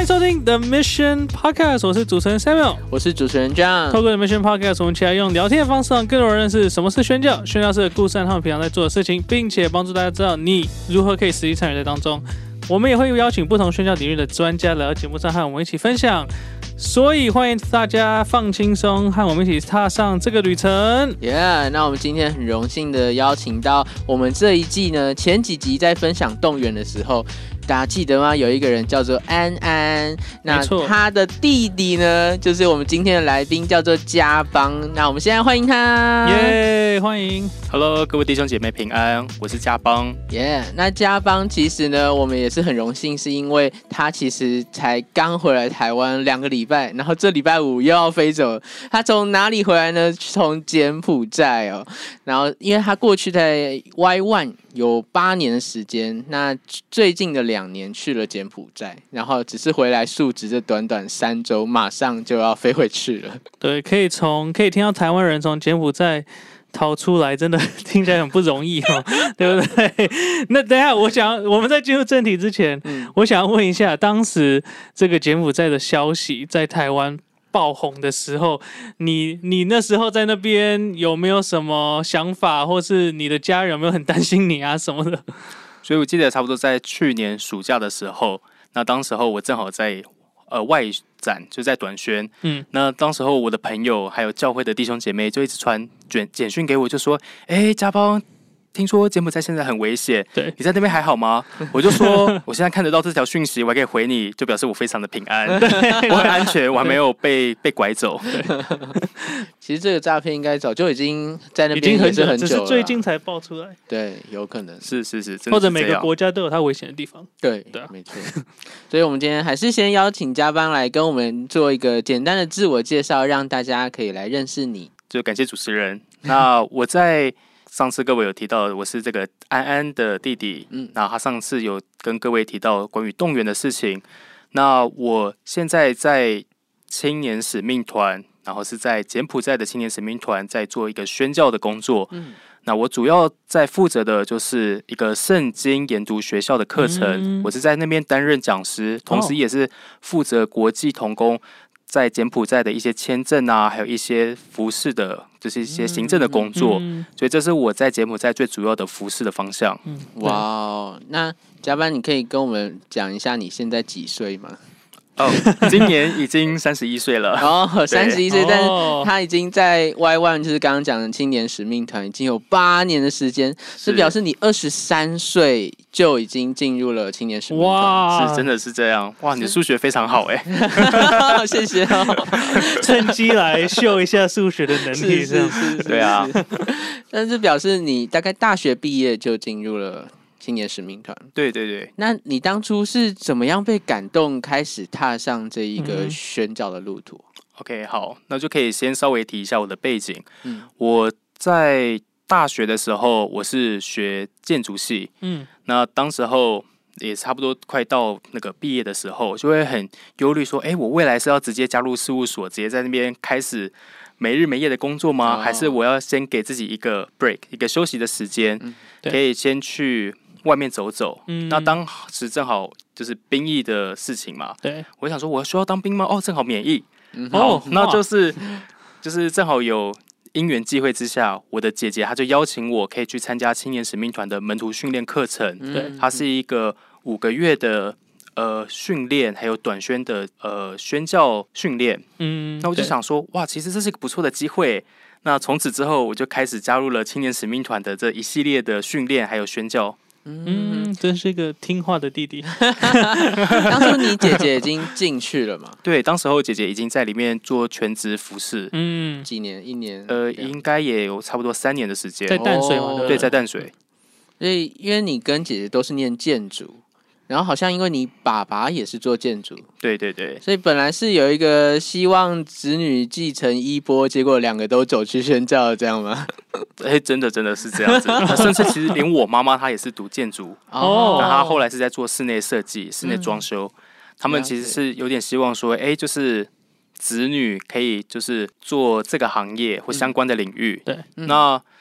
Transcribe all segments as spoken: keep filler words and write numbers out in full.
欢迎收听 The Mission Podcast， 我是主持人 Samuel， 我是主持人 John。 透过 The Mission Podcast， 我们一起来用聊天的方式让更多人认识什么是宣教、宣教士的故事和他们平常在做的事情，并且帮助大家知道你如何可以实际参与在当中。我们也会邀请不同宣教领域的专家来到节目上和我们一起分享，所以欢迎大家放轻松，和我们一起踏上这个旅程。 Yeah， 那我们今天很荣幸的邀请到我们这一季呢，前几集在分享动员的时候，大家记得吗？有一个人叫做安安，那他的弟弟呢，就是我们今天的来宾，叫做家邦。那我们现在欢迎他， 耶、yeah, 欢迎 ！Hello， 各位弟兄姐妹平安，我是家邦。 耶、yeah, 那家邦其实呢，我们也是很荣幸，是因为他其实才刚回来台湾两个礼拜，然后这礼拜五又要飞走。他从哪里回来呢？从柬埔寨哦。然后因为他过去在 Y 一 有八年的时间，那最近的两年去了柬埔寨，然后只是回来述职这短短三周，马上就要飞回去了。 对，可以从可以听到台湾人从柬埔寨逃出来，真的听起来很不容易哦，对不对？那等一下，我想我们在进入正题之前，嗯、我想要问一下，当时这个柬埔寨的消息在台湾爆红的时候，你你那时候在那边有没有什么想法，或是你的家人有没有很担心你啊什么的？ 所以我记得差不多在去年暑假的时候，那当时候我正好在呃外展，就在短宣，嗯，那当时候我的朋友还有教会的弟兄姐妹就一直传简简讯给我，就说：“哎，家邦，听说柬埔寨现在很危险，对，你在那边还好吗？”我就说：“我现在看得到这条讯息，我还可以回你，就表示我非常的平安，我很安全，我还没有被被拐走。” 其实这个诈骗应该早就已经在那边也是很久了， 只是最近才爆出来。 对，有可能是是是， 或者每个国家都有它危险的地方。 对对，没错。所以我们今天还是先邀请家邦来跟我们做一个简单的自我介绍，让大家可以来认识你。 就感谢主持人。那我在上次各位有提到，我是这个安安的弟弟，嗯，那他上次有跟各位提到关于动员的事情。那我现在在青年使命团，然后是在柬埔寨的青年使命团，在做一个宣教的工作。嗯，那我主要在负责的就是一个圣经研读学校的课程，嗯、我是在那边担任讲师，同时也是负责国际同工在柬埔寨的一些签证啊，还有一些服事的，就是一些行政的工作，嗯、所以这是我在柬埔寨最主要的服事的方向。 嗯、哇哦，那家邦，你可以跟我们讲一下你现在几岁吗？ 哦，今年已经三十一岁了。 哦，三十一岁，但是他已经在 Y 一 就是刚刚讲的青年使命团已经有八年的时间，是表示你二十三岁就已经进入了青年使命团。 哇，是真的是这样。哇，你数学非常好哎， 谢谢哦。 趁机来秀一下数学的能力， 是是是是， 对啊。 但是表示你大概大学毕业就进入了青年使命团。 对对对， 那你当初是怎么样被感动，开始踏上这一个宣教的路途？嗯、 OK， 好，那就可以先稍微提一下我的背景。嗯，我在大学的时候，我是学建筑系。嗯，那当时候也差不多快到那个毕业的时候，就会很忧虑说，哎，我未来是要直接加入事务所，直接在那边开始没日没夜的工作吗？哦、还是我要先给自己一个 break， 一个休息的时间，嗯、可以先去外面走走。嗯，那当时正好就是兵役的事情嘛。对，我想说我需要当兵吗？哦，正好免役。嗯、哦，那就是就是正好有因缘际会之下，我的姐姐她就邀请我可以去参加青年使命团的门徒训练课程。对、嗯，它是一个五个月的呃训练，还有短宣的呃宣教训练。嗯，那我就想说，哇，其实这是一个不错的机会。那从此之后，我就开始加入了青年使命团的这一系列的训练，还有宣教。 嗯，真是一个听话的弟弟。 当初你姐姐已经进去了嘛？ 对，当时候姐姐已经在里面做全职服侍。嗯， 几年？一年？ 呃，应该也有差不多三年的时间。 在淡水嘛？ 哦、对，在淡水。 所以，因为你跟姐姐都是念建筑。然后好像因为你爸爸也是做建筑， 对对对， 所以本来是有一个希望子女继承衣钵，结果两个都走去宣教，这样吗？ 哎，真的真的是这样子。甚至其实连我妈妈她也是读建筑，哦，那她后来是在做室内设计、室内装修。嗯、他们其实是有点希望说，哎，就是子女可以就是做这个行业或相关的领域。对、嗯，那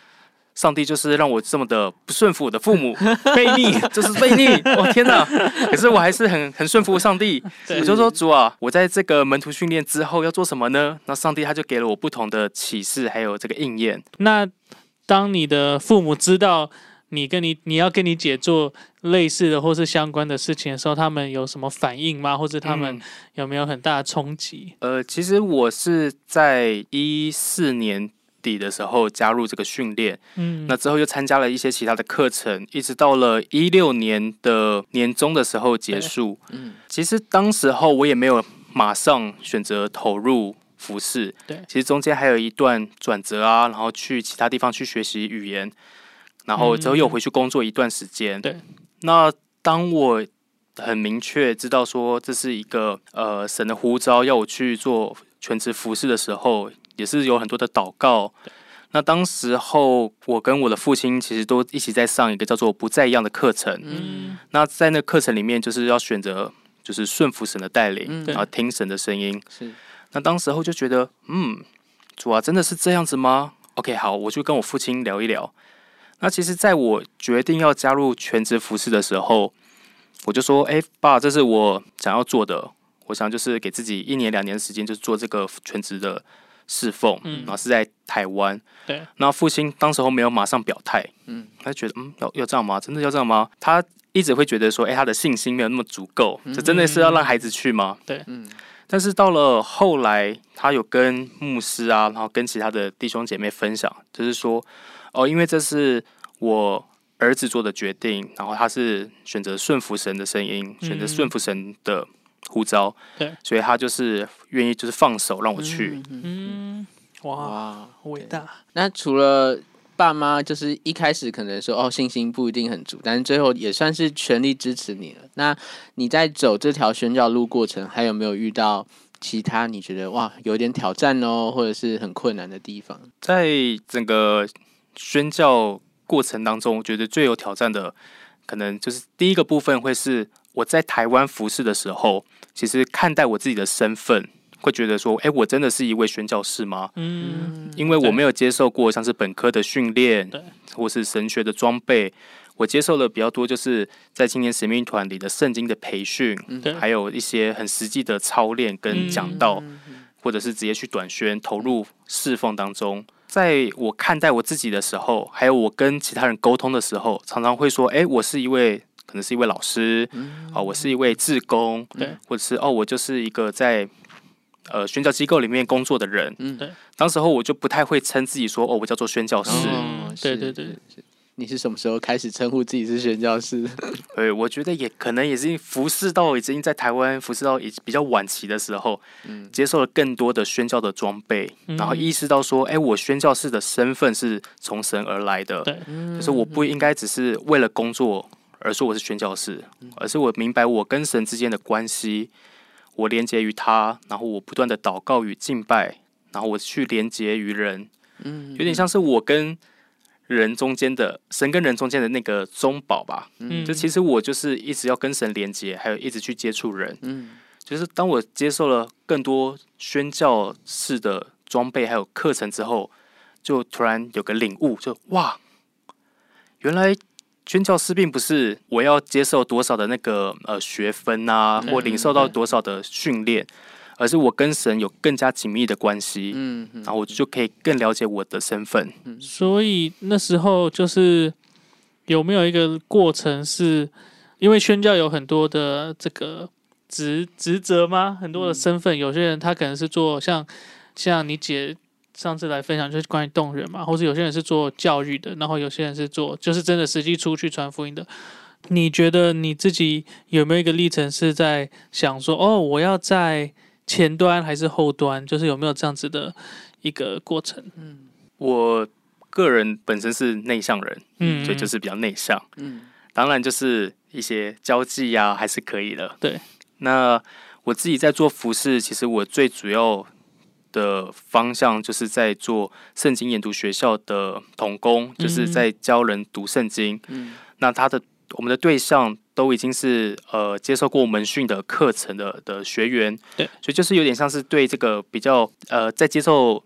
上帝就是让我这么的不顺服我的父母，悖逆，就是悖逆。哦天哪！可是我还是很很顺服上帝。我就说主啊，我在这个门徒训练之后要做什么呢？那上帝他就给了我不同的启示，还有这个应验。 那当你的父母知道你跟你你要跟你姐做类似的或是相关的事情的时候，他们有什么反应吗？或者他们有没有很大的冲击？ 嗯、呃，其实我是在一四年底的时候加入这个训练，嗯，那之后又参加了一些其他的课程，一直到了一六年的年中的时候结束。嗯，其实当时候我也没有马上选择投入服事， 对， 其实中间还有一段转折啊，然后去其他地方去学习语言，然后之后又回去工作一段时间。 嗯、对， 那当我很明确知道说这是一个呃神的呼召，要我去做全职服事的时候，也是有很多的祷告。那当时候我跟我的父亲其实都一起在上一个叫做不再一样的课程。嗯，那在那课程里面就是要选择就是顺服神的带领，嗯、然后听神的声音。 是。 那当时候就觉得，嗯，主啊，真的是这样子吗 ？OK， 好，我就跟我父亲聊一聊。那其实在我决定要加入全职服事的时候，我就说，哎，爸，这是我想要做的，我想就是给自己一年两年的时间，就是做这个全职的侍奉，嗯，然后是在台湾。 对。 那父亲当时候没有马上表态，嗯，他就觉得，嗯，要要这样吗？真的要这样吗？他一直会觉得说，哎，他的信心没有那么足够，这真的是要让孩子去吗？ 对， 嗯。但是到了后来，他有跟牧师啊，然后跟其他的弟兄姐妹分享，就是说，哦，因为这是我儿子做的决定，然后他是选择顺服神的声音，选择顺服神的呼召， 对， 所以他就是愿意就是放手让我去。 嗯，嗯哇，伟大。 那除了爸妈就是一开始可能说哦信心不一定很足，但是最后也算是全力支持你了。那你在走这条宣教路过程，还有没有遇到其他你觉得哇有点挑战哦，或者是很困难的地方？ 在整个宣教过程当中，我觉得最有挑战的，可能就是第一个部分会是我在台湾服事的时候，其实看待我自己的身份。会觉得说，哎，我真的是一位宣教士吗？嗯，因为我没有接受过像是本科的训练，或是神学的装备，我接受了比较多，就是在青年使命团里的圣经的培训，还有一些很实际的操练跟讲道，嗯、或者是直接去短宣投入侍奉当中。在我看待我自己的时候，还有我跟其他人沟通的时候，常常会说，哎，我是一位可能是一位老师，嗯、哦，我是一位志工， 对， 或者是哦，我就是一个在呃，宣教机构里面工作的人，嗯，对，当时候我就不太会称自己说，哦，我叫做宣教士。 哦、对对对， 你是什么时候开始称呼自己是宣教士？ 对，我觉得也可能也是服侍到已经在台湾服侍到比较晚期的时候，嗯，接受了更多的宣教的装备，嗯、然后意识到说，哎，我宣教士的身份是从神而来的， 对， 就是我不应该只是为了工作而说我是宣教士，嗯、而是我明白我跟神之间的关系。我连接于他，然后我不断的祷告与敬拜，然后我去连接于人，嗯，有点像是我跟人中间的神跟人中间的那个中保吧，嗯，就其实我就是一直要跟神连接，还有一直去接触人，嗯，就是当我接受了更多宣教式的装备还有课程之后，就突然有个领悟，就哇，原来。宣教士并不是我要接受多少的那个呃学分啊，或领受到多少的训练，而是我跟神有更加紧密的关系，嗯，然后我就可以更了解我的身份。 所以那时候就是有没有一个过程是，因为宣教有很多的这个职职责吗？很多的身份，有些人他可能是做像像你姐。上次来分享就是关于动人嘛，或者有些人是做教育的，然后有些人是做就是真的实际出去传福音的。你觉得你自己有没有一个历程是在想说，哦，我要在前端还是后端？就是有没有这样子的一个过程？嗯， 我个人本身是内向人，嗯，所以就是比较内向，嗯，当然就是一些交际啊还是可以的。 对， 那我自己在做服事，其实我最主要的方向就是在做圣经研读学校的同工，就是在教人读圣经。嗯，那他的我们的对象都已经是呃接受过门训的课程的的学员， 对， 所以就是有点像是对这个比较呃在接受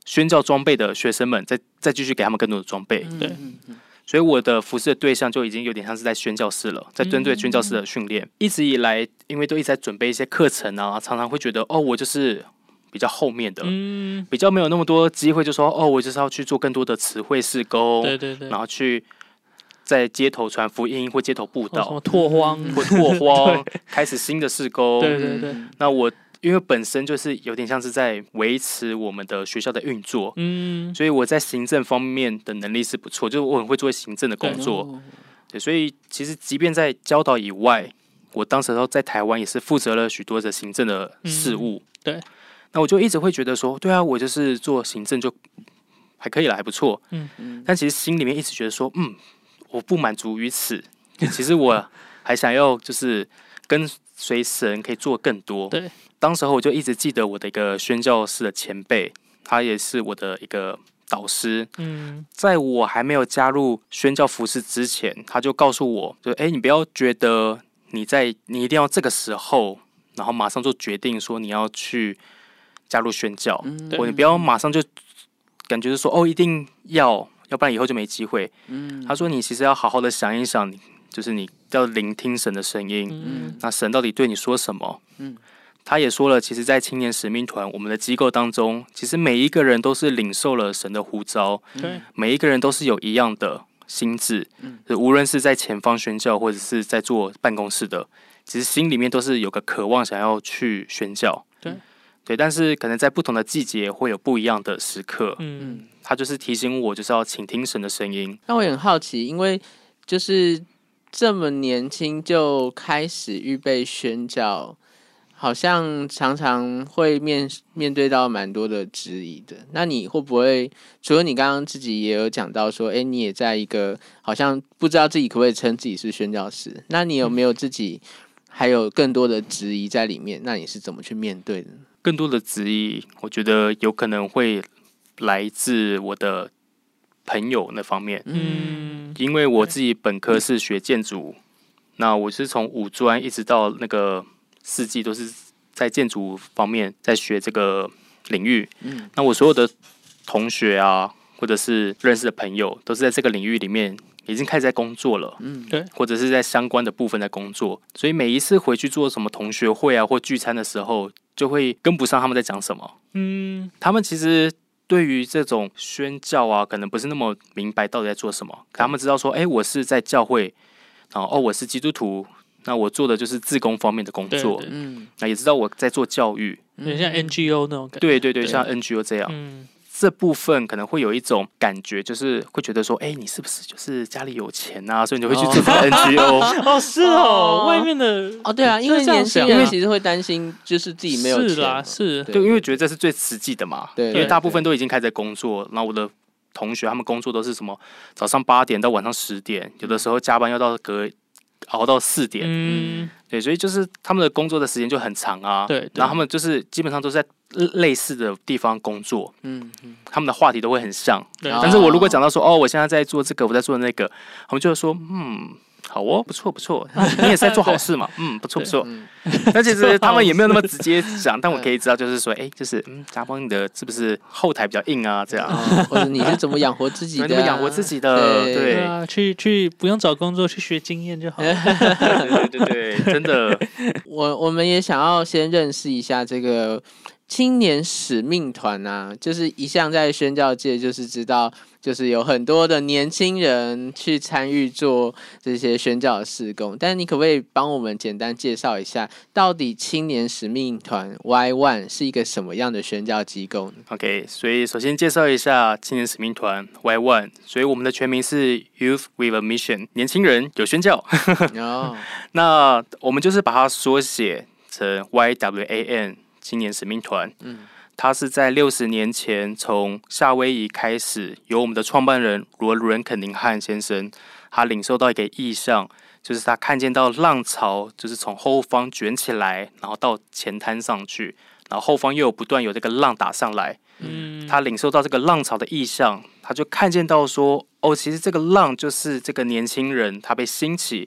宣教装备的学生们再再继续给他们更多的装备。 对。 所以我的服侍的对象就已经有点像是在宣教士了，在针对宣教士的训练。嗯、一直以来，因为都一直在准备一些课程啊，常常会觉得哦，我就是比较后面的，嗯、比较没有那么多机会，就说哦，我就是要去做更多的词汇事工， 对对对， 然后去在街头传福音或街头布道， 什么拓荒或拓荒，开始新的事工。 对对对， 那我。因为本身就是有点像是在维持我们的学校的运作，嗯，所以我在行政方面的能力是不错，就是我很会做行政的工作， 对, 对，所以其实即便在教导以外，我当时候在台湾也是负责了许多的行政的事务， 嗯、对， 那我就一直会觉得说，对啊，我就是做行政就还可以了，还不错，嗯嗯，但其实心里面一直觉得说，嗯，我不满足于此，其实我还想要就是跟随神可以做更多， 对。 当时候我就一直记得我的一个宣教士的前辈，他也是我的一个导师。嗯，在我还没有加入宣教服事之前，他就告诉我，就哎，你不要觉得你在你一定要这个时候，然后马上做决定说你要去加入宣教，嗯、或你不要马上就感觉是说哦一定要，要不然以后就没机会。嗯，他说你其实要好好的想一想，就是你要聆听神的声音，嗯，那神到底对你说什么？嗯。他也说了，其实，在青年使命团我们的机构当中，其实每一个人都是领受了神的呼召， 对， 每一个人都是有一样的心志，嗯，无论是在前方宣教，或者是在做办公室的，其实心里面都是有个渴望想要去宣教， 对， 对，但是可能在不同的季节会有不一样的时刻，嗯，他就是提醒我，就是要倾听神的声音。 那我也很好奇，因为就是这么年轻就开始预备宣教。好像常常会面面对到蛮多的质疑的，那你会不会除了你刚刚自己也有讲到说，哎，你也在一个好像不知道自己可不可以称自己是宣教士，那你有没有自己还有更多的质疑在里面？那你是怎么去面对的？ 更多的质疑，我觉得有可能会来自我的朋友那方面，嗯，因为我自己本科是学建筑，那我是从五专一直到那个。四季都是在建筑方面在学这个领域，嗯，那我所有的同学啊，或者是认识的朋友，都是在这个领域里面已经开始在工作了，嗯， 对， 或者是在相关的部分在工作，所以每一次回去做什么同学会啊或聚餐的时候，就会跟不上他们在讲什么，嗯，他们其实对于这种宣教啊，可能不是那么明白到底在做什么，可他们知道说，哎，我是在教会，然后哦，我是基督徒。那我做的就是志工方面的工作，嗯，那也知道我在做教育， 有点像 N G O 那种感觉， 对对对，像 N G O 这样，嗯，这部分可能会有一种感觉，就是会觉得说，哎，你是不是就是家里有钱啊，所以你就会去做这个 N G O？ 哦，是哦，外面的哦，对啊，因为年轻人其实会担心，就是自己没有钱， 是啦，是， 对，因为觉得这是最实际的嘛，对，因为大部分都已经开始工作，然后我的同学他们工作都是什么早上八点到晚上十点，有的时候加班要到隔。熬到四点，嗯，对，所以就是他们的工作的时间就很长啊， 对，对， 然后他们就是基本上都是在类似的地方工作，嗯，他们的话题都会很像，对，但是我如果讲到说，哦，我现在在做这个，我在做那个，他们就会说，嗯，好哦，不错不错，你也是在做好事嘛，嗯，不错不错。但其实他们也没有那么直接讲，但我可以知道，就是说，哎，就是嗯，家邦你的是不是后台比较硬啊？这样， 或者你是怎么养活自己的？ 怎么养活自己的？对啊，去去不用找工作，去学经验就好了。 对对对，真的。 我我们也想要先认识一下这个青年使命团啊，就是一向在宣教界，就是知道。就是有很多的年轻人去参与做这些宣教的事工，但是你可不可以帮我们简单介绍一下，到底青年使命团 Y 一 是一个什么样的宣教机构呢 ？OK， 所以首先介绍一下青年使命团 Y 一， 所以我们的全名是 Youth with a Mission， 年轻人有宣教。oh. 那我们就是把它缩写成 Y W A N 青年使命团。嗯。他是在六十年前从夏威夷开始，由我们的创办人罗伦肯宁汉先生，他领受到一个意象，就是他看见到浪潮就是从后方卷起来，然后到前滩上去，然后后方又有不断有这个浪打上来。嗯，他领受到这个浪潮的意象，他就看见到说，哦，其实这个浪就是这个年轻人他被兴起，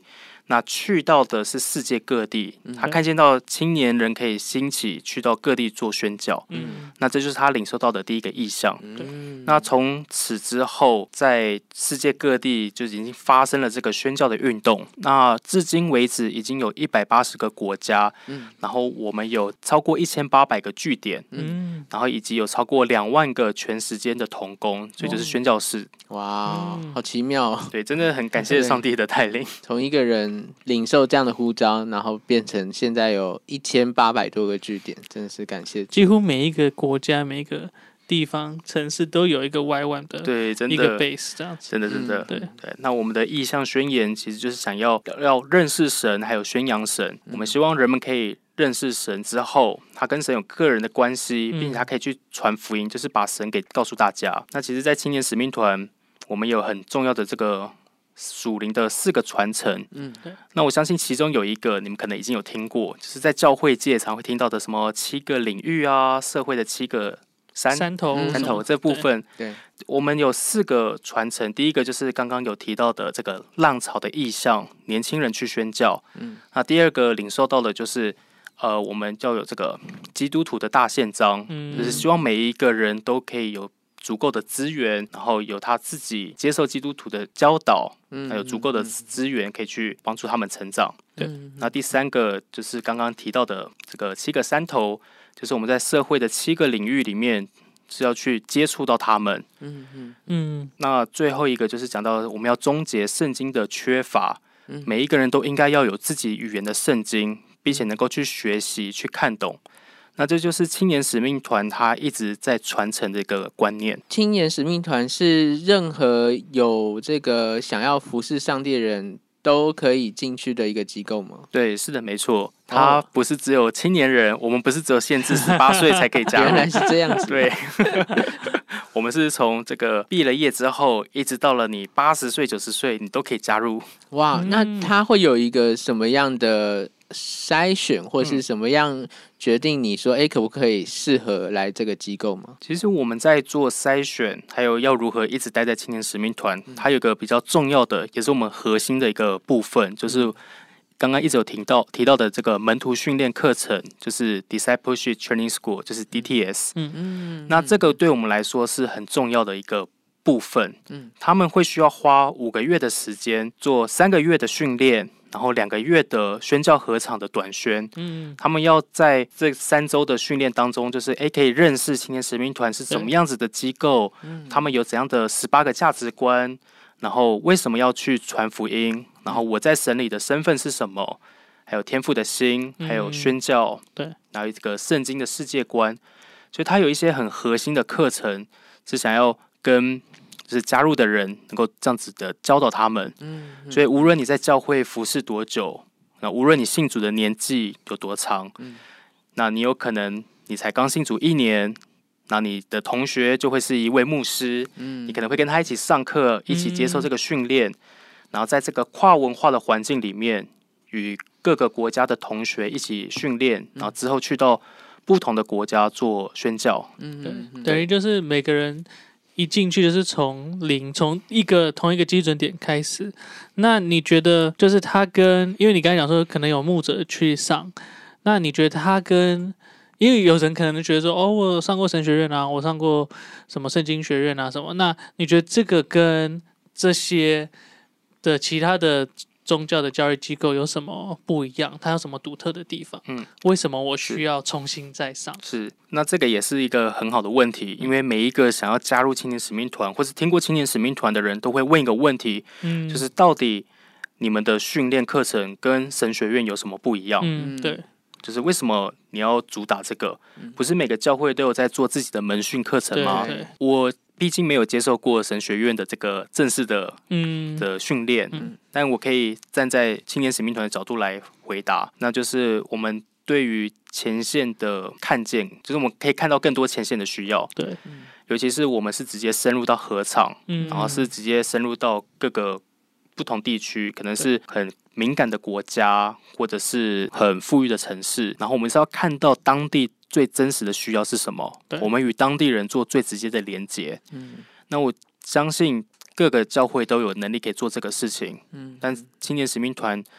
那去到的是世界各地，他看见到青年人可以兴起去到各地做宣教，嗯，那这就是他领受到的第一个意象。嗯，那从此之后，在世界各地就已经发生了这个宣教的运动。那至今为止，已经有一百八十个国家，嗯，然后我们有超过一千八百个据点，嗯，然后以及有超过两万个全时间的同工，所以就是宣教士。 哇，嗯、好奇妙！ 对，真的很感谢上帝的带领。 从一个人领受这样的呼召，然后变成现在有一千八百多个据点，真的是感谢。 几乎每一个国家、每一个地方、城市都有一个 Y 一 的， 对，真的一个 base 这样子。 真的，真的， 嗯、对对。那我们的意向宣言其实就是想要要认识神，还有宣扬神。嗯、我们希望人们可以认识神之后，他跟神有个人的关系，并且他可以去传福音，就是把神给告诉大家。那其实，在青年使命团，我们有很重要的这个属灵的四个传承。嗯，对。那我相信其中有一个你们可能已经有听过，就是在教会界常会听到的什么七个领域啊，社会的七个山山头山头这部分。 对，对我们有四个传承。第一个就是刚刚有提到的这个浪潮的意象，年轻人去宣教。嗯，那第二个领受到的就是呃，我们要有这个基督徒的大宪章，嗯、就是希望每一个人都可以有足够的资源，然后有他自己接受基督徒的教导，嗯、还有足够的资源可以去帮助他们成长。对，嗯、那第三个就是刚刚提到的这个七个山头，就是我们在社会的七个领域里面是要去接触到他们。嗯嗯嗯。那最后一个就是讲到我们要终结圣经的缺乏，嗯、每一个人都应该要有自己语言的圣经，并且能够去学习、去看懂。那这就是青年使命团它一直在传承的一个观念。 青年使命团是任何有这个想要服侍上帝的人都可以进去的一个机构吗？ 对，是的，没错。它不是只有青年人，我们不是只有限制十八岁才可以加入。 原来是这样子。 对，我们是从这个毕了业之后，一直到了你八十岁、九十岁，你都可以加入。 哇，那它会有一个什么样的筛选，或是什么样决定你说，哎、嗯，可不可以适合来这个机构吗？ 其实我们在做筛选，还有要如何一直待在青年使命团，嗯、它有一个比较重要的，也是我们核心的一个部分，就是刚刚一直有提到提到的这个门徒训练课程，就是 Discipleship Training School， 就是 D T S。嗯嗯。那这个对我们来说是很重要的一个部分。嗯。他们会需要花五个月的时间做三个月的训练。然后两个月的宣教合场的短宣，嗯，他们要在这三周的训练当中，就是哎，可以认识青年使命团是怎么样子的机构，嗯，他们有怎样的十八个价值观，然后为什么要去传福音，然后我在神里的身份是什么，还有天父的心，还有宣教，对、嗯，然后这个圣经的世界观，所以它有一些很核心的课程，是想要跟就是加入的人能够这样子的教导他们，嗯嗯、所以无论你在教会服侍多久，那无论你信主的年纪有多长，嗯、那你有可能你才刚信主一年，那你的同学就会是一位牧师，嗯、你可能会跟他一起上课，一起接受这个训练，嗯、然后在这个跨文化的环境里面，与各个国家的同学一起训练，然后之后去到不同的国家做宣教， 嗯、对，等于就是每个人一进去就是从零，从一个同一个基准点开始。那你觉得，就是他跟，因为你刚才讲说可能有牧者去上，那你觉得他跟，因为有人可能觉得说，哦，我上过神学院啊，我上过什么圣经学院啊什么，那你觉得这个跟这些的其他的宗教的教育机构有什么不一样？它有什么独特的地方？嗯，为什么我需要重新再上？ 是，那这个也是一个很好的问题，因为每一个想要加入青年使命团，或是听过青年使命团的人都会问一个问题，嗯，就是到底你们的训练课程跟神学院有什么不一样？ 嗯，对， 就是为什么你要主打这个？不是每个教会都有在做自己的门训课程吗？ 对对， 我毕竟没有接受过神学院的这个正式的嗯的训练，嗯，但我可以站在青年使命团的角度来回答，那就是我们对于前线的看见，就是我们可以看到更多前线的需要， 对， 尤其是我们是直接深入到合场，嗯，然后是直接深入到各个不同地区，可能是很敏感的国家，或者是很富裕的城市，然后我们是要看到当地最真实的需要是什么，我们与当地人做最直接的连结。嗯，那我相信各个教会都有能力可以做这个事情。嗯，但青年使命团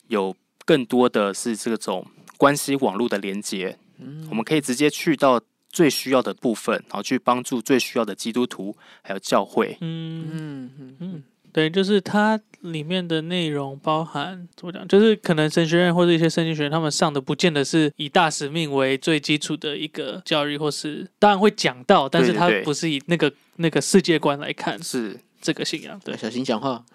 有更多的是这种关系网络的连接，嗯，我们可以直接去到最需要的部分，然后去帮助最需要的基督徒还有教会。 嗯嗯嗯嗯，对，就是它里面的内容包含怎么讲，就是可能神学院或者一些圣经学院他们上的不见得是以大使命为最基础的一个教育，或是当然会讲到，但是它不是以那个那个世界观来看， 是这个信仰。对， 小心讲话。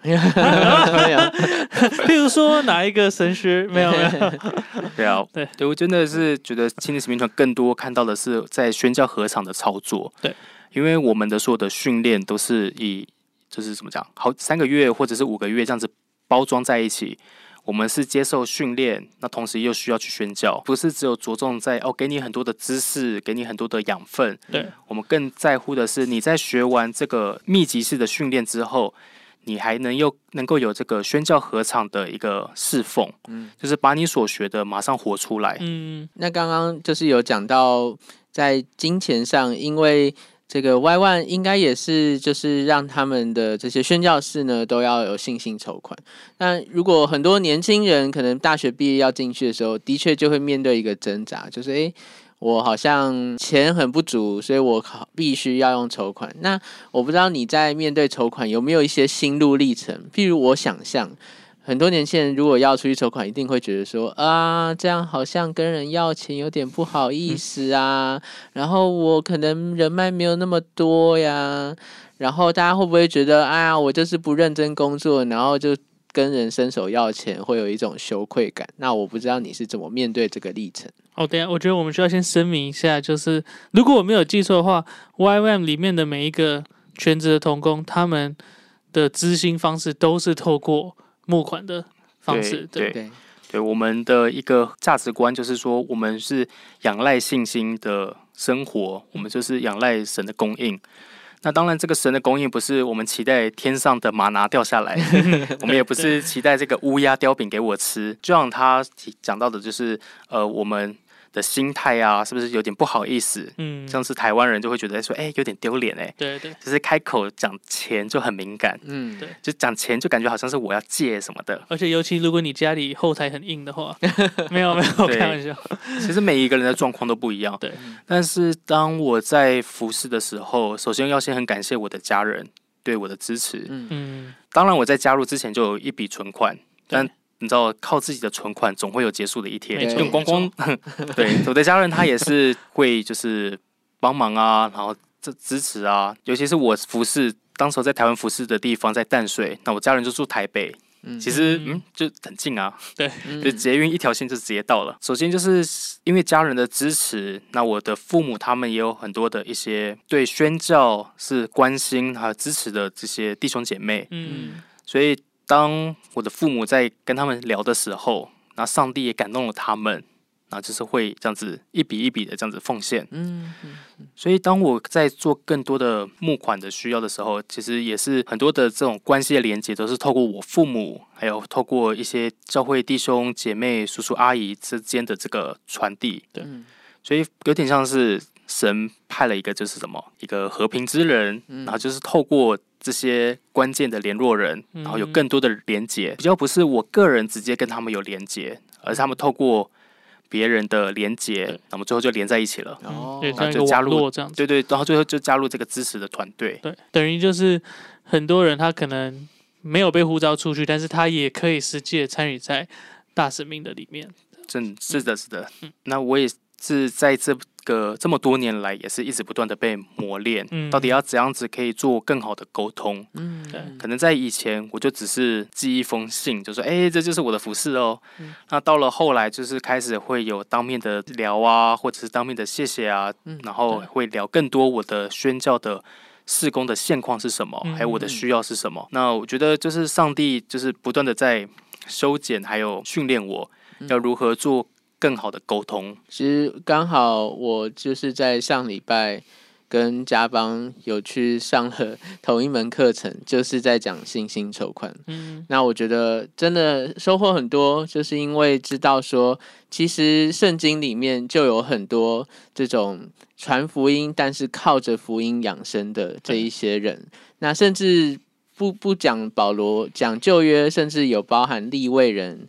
譬如说哪一个神学没有没有？ 对啊，对对，我真的是觉得青年使命团更多看到的是在宣教合场的操作。 对， 因为我们的所有的训练都是以就是怎么讲，好三个月或者是五个月这样子包装在一起。我们是接受训练，那同时又需要去宣教，不是只有着重在哦，给你很多的知识，给你很多的养分。 对， 我们更在乎的是你在学完这个密集式的训练之后，你还能又能够有这个宣教合场的一个侍奉，嗯，就是把你所学的马上活出来。 嗯，那刚刚就是有讲到在金钱上，因为这个 Y 一 应该也是就是让他们的这些宣教士呢都要有信心筹款。那如果很多年轻人可能大学毕业要进去的时候，的确就会面对一个挣扎，就是诶我好像钱很不足，所以我必须要用筹款。那我不知道你在面对筹款有没有一些心路历程？譬如我想象很多年轻人如果要出去筹款，一定会觉得说啊，这样好像跟人要钱有点不好意思啊，嗯、然后我可能人脉没有那么多呀，然后大家会不会觉得，哎呀，我就是不认真工作，然后就跟人伸手要钱，会有一种羞愧感？那我不知道你是怎么面对这个历程。 哦，等一下，我觉得我们需要先声明一下，就是如果我没有记错的话 ，Y W A M 里面的每一个全职的同工，他们的支薪方式都是透过募款的方式。 对 对, 对, 对，我们的一个价值观就是说，我们是仰赖信心的生活，我们就是仰赖神的供应。那当然，这个神的供应不是我们期待天上的玛拿掉下来，我们也不是期待这个乌鸦叼饼给我吃。就像他讲到的，就是呃，我们的心态啊，是不是有点不好意思？嗯，像是台湾人就会觉得说，哎、欸，有点丢脸哎。 对对， 就是开口讲钱就很敏感。嗯，对，就讲钱就感觉好像是我要借什么的。 而且尤其如果你家里后台很硬的话，没有没有，开玩笑。 其实每一个人的状况都不一样。 对， 但是当我在服事的时候，首先要先很感谢我的家人对我的支持。嗯，当然我在加入之前就有一笔存款，但你知道，靠自己的存款总会有结束的一天。用光光，对，我的家人他也是会就是帮忙啊，然后支持啊。尤其是我服侍，当时在台湾服侍的地方在淡水，那我家人就住台北，嗯、其实嗯就很近啊， 对， 就捷运一条线就直接到了。首先就是因为家人的支持，那我的父母他们也有很多的一些对宣教是关心还有支持的这些弟兄姐妹，嗯，所以。当我的父母在跟他们聊的时候，那上帝也感动了他们，那就是会这样子一笔一笔的这样子奉献。嗯嗯嗯。所以当我在做更多的募款的需要的时候，其实也是很多的这种关系的连接，都是透过我父母，还有透过一些教会弟兄姐妹、叔叔阿姨之间的这个传递。对，所以有点像是神派了一个就是什么一个和平之人，嗯、然后就是透过这些关键的联络人，然后有更多的连结，比较不是我个人直接跟他们有连结，而是他们透过别人的连结，那么最后就连在一起了。 哦，然后就加入这样子， 对对，然后最后就加入这个支持的团队。 对，等于就是很多人他可能没有被呼召出去，但是他也可以实际的参与在大使命的里面。 真是的，是的。嗯、那我也是在这个这么多年来，也是一直不断的被磨练，嗯、到底要怎样子可以做更好的沟通？嗯，对。可能在以前，我就只是寄一封信，就说：“哎、欸，这就是我的服事哦。嗯”那到了后来，就是开始会有当面的聊啊，或者是当面的谢谢啊，嗯、然后会聊更多我的宣教的事工的现况是什么，嗯、还有我的需要是什么。嗯、那我觉得，就是上帝就是不断的在修剪，还有训练我。要如何做更好的沟通？ 其实刚好我就是在上礼拜跟家邦有去上了同一门课程，就是在讲信心筹款。嗯，那我觉得真的收获很多，就是因为知道说，其实圣经里面就有很多这种传福音，但是靠着福音养生的这一些人。那甚至不不讲保罗，讲旧约，甚至有包含利未人。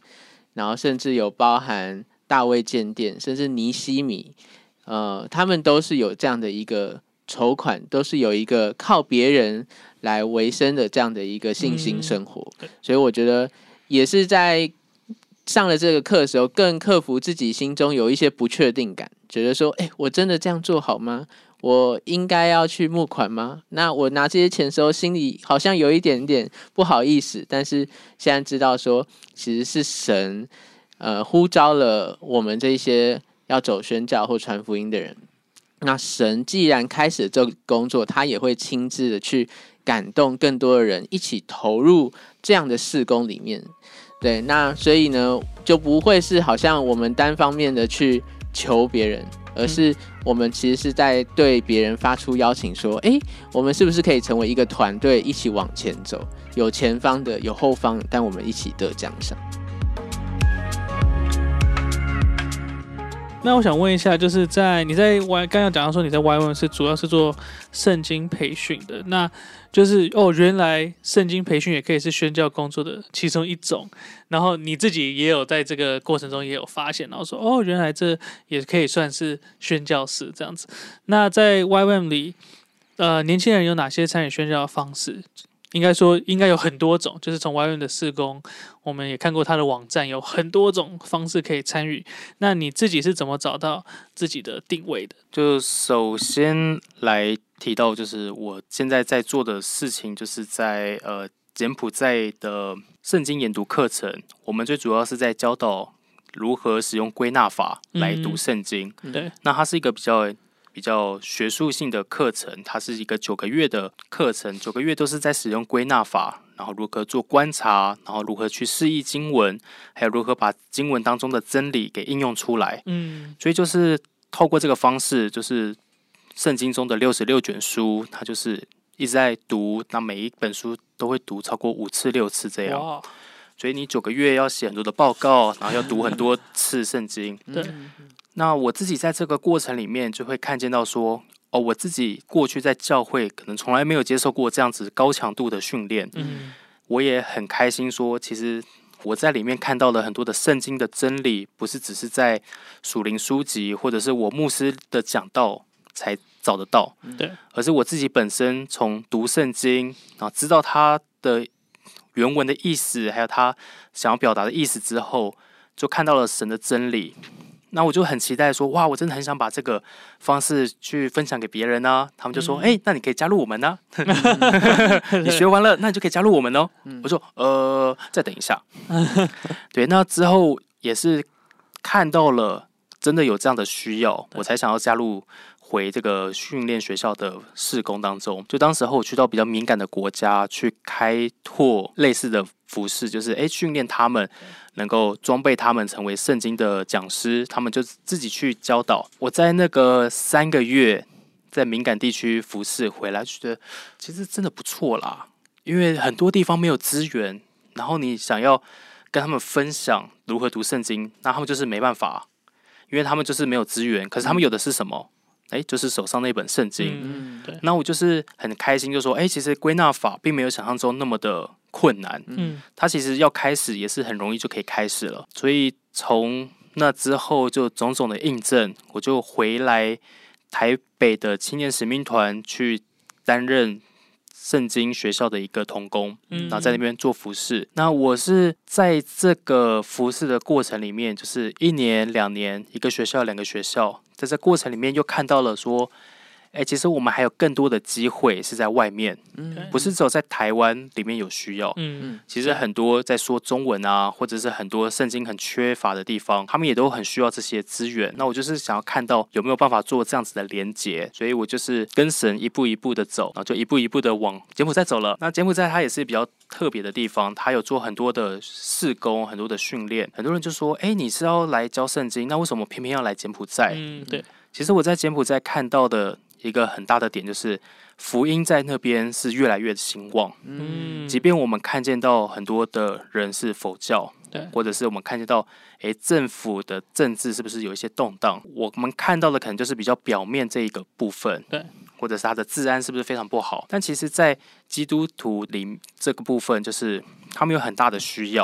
然后甚至有包含大卫建殿，甚至尼西米，呃，他们都是有这样的一个筹款，都是有一个靠别人来维生的这样的一个信心生活。嗯、所以我觉得也是在上了这个课的时候，更克服自己心中有一些不确定感，觉得说，哎，我真的这样做好吗？我应该要去募款吗？那我拿这些钱的时候，心里好像有一点点不好意思，但是现在知道说，其实是神呃呼召了我们这些要走宣教或传福音的人。那神既然开始这个工作，他也会亲自的去感动更多的人一起投入这样的事工里面。对，那所以呢，就不会是好像我们单方面的去求别人，而是我们其实是在对别人发出邀请，说，哎，我们是不是可以成为一个团队，一起往前走？有前方的，有后方的，但我们一起得奖赏。 那我想问一下，就是在你在 Y 刚刚讲到说你在 Y 一 是主要是做圣经培训的，那就是哦，原来圣经培训也可以是宣教工作的其中一种，然后你自己也有在这个过程中也有发现，然后说哦，原来这也可以算是宣教士这样子。那在 Y W A M 里，呃，年轻人有哪些参与宣教的方式？应该说应该有很多种，就是从 Y W A M 的事工，我们也看过他的网站，有很多种方式可以参与。那你自己是怎么找到自己的定位的？ 就首先来提到，就是我现在在做的事情，就是在呃柬埔寨的圣经研读课程，我们最主要是在教导如何使用归纳法来读圣经。 嗯、对， 那它是一个比较。比较学术性的课程，它是一个九个月的课程，九个月都是在使用归纳法，然后如何做观察，然后如何去释义经文，还有如何把经文当中的真理给应用出来。嗯，所以就是透过这个方式，就是圣经中的六十六卷书，它就是一直在读，那每一本书都会读超过五次六次这样。哇！所以你九个月要写很多的报告，然后要读很多次圣经。 对。 那我自己在这个过程里面就会看见到说，哦，我自己过去在教会可能从来没有接受过这样子高强度的训练，嗯，我也很开心说，其实我在里面看到了很多的圣经的真理，不是只是在属灵书籍或者是我牧师的讲道才找得到， 对， 而是我自己本身从读圣经，然后知道它的原文的意思，还有他想要表达的意思之后，就看到了神的真理。那我就很期待说，哇，我真的很想把这个方式去分享给别人啊。他们就说，哎、嗯欸，那你可以加入我们呢、啊。你学完了，那你就可以加入我们哦。嗯、我说，呃，再等一下。对，那之后也是看到了真的有这样的需要，我才想要加入回这个训练学校的事工当中。就当时候我去到比较敏感的国家去开拓类似的服事，就是哎训练他们。能够装备他们成为圣经的讲师，他们就自己去教导。我在那个三个月在敏感地区服侍回来，觉得其实真的不错啦。因为很多地方没有资源，然后你想要跟他们分享如何读圣经，那他们就是没办法，因为他们就是没有资源。可是他们有的是什么？哎，就是手上那本圣经。嗯，对。那我就是很开心，就说，哎，其实归纳法并没有想象中那么的困难。嗯，它其实要开始也是很容易就可以开始了。所以从那之后就种种的印证，我就回来台北的青年使命团去担任圣经学校的一个同工，嗯，然后在那边做服事。那我是在这个服事的过程里面，就是一年、两年，一个学校、两个学校。在这过程里面又看到了说，哎，其实我们还有更多的机会是在外面，嗯，不是只有在台湾里面有需要，嗯，其实很多在说中文啊，或者是很多圣经很缺乏的地方，他们也都很需要这些资源。那我就是想要看到有没有办法做这样子的连结，所以我就是跟神一步一步的走，然后就一步一步的往柬埔寨走了。那柬埔寨它也是比较特别的地方，它有做很多的事工，很多的训练。很多人就说，哎，你是要来教圣经，那为什么偏偏要来柬埔寨？ 嗯，对。 其实我在柬埔寨看到的一个很大的点就是福音在那边是越来越兴旺，嗯，即便我们看见到很多的人是佛教，对，或者是我们看见到，哎，政府的政治是不是有一些动荡？我们看到的可能就是比较表面这一个部分， 对， 或者是它的治安是不是非常不好？但其实，在基督徒里这个部分，就是他们有很大的需要。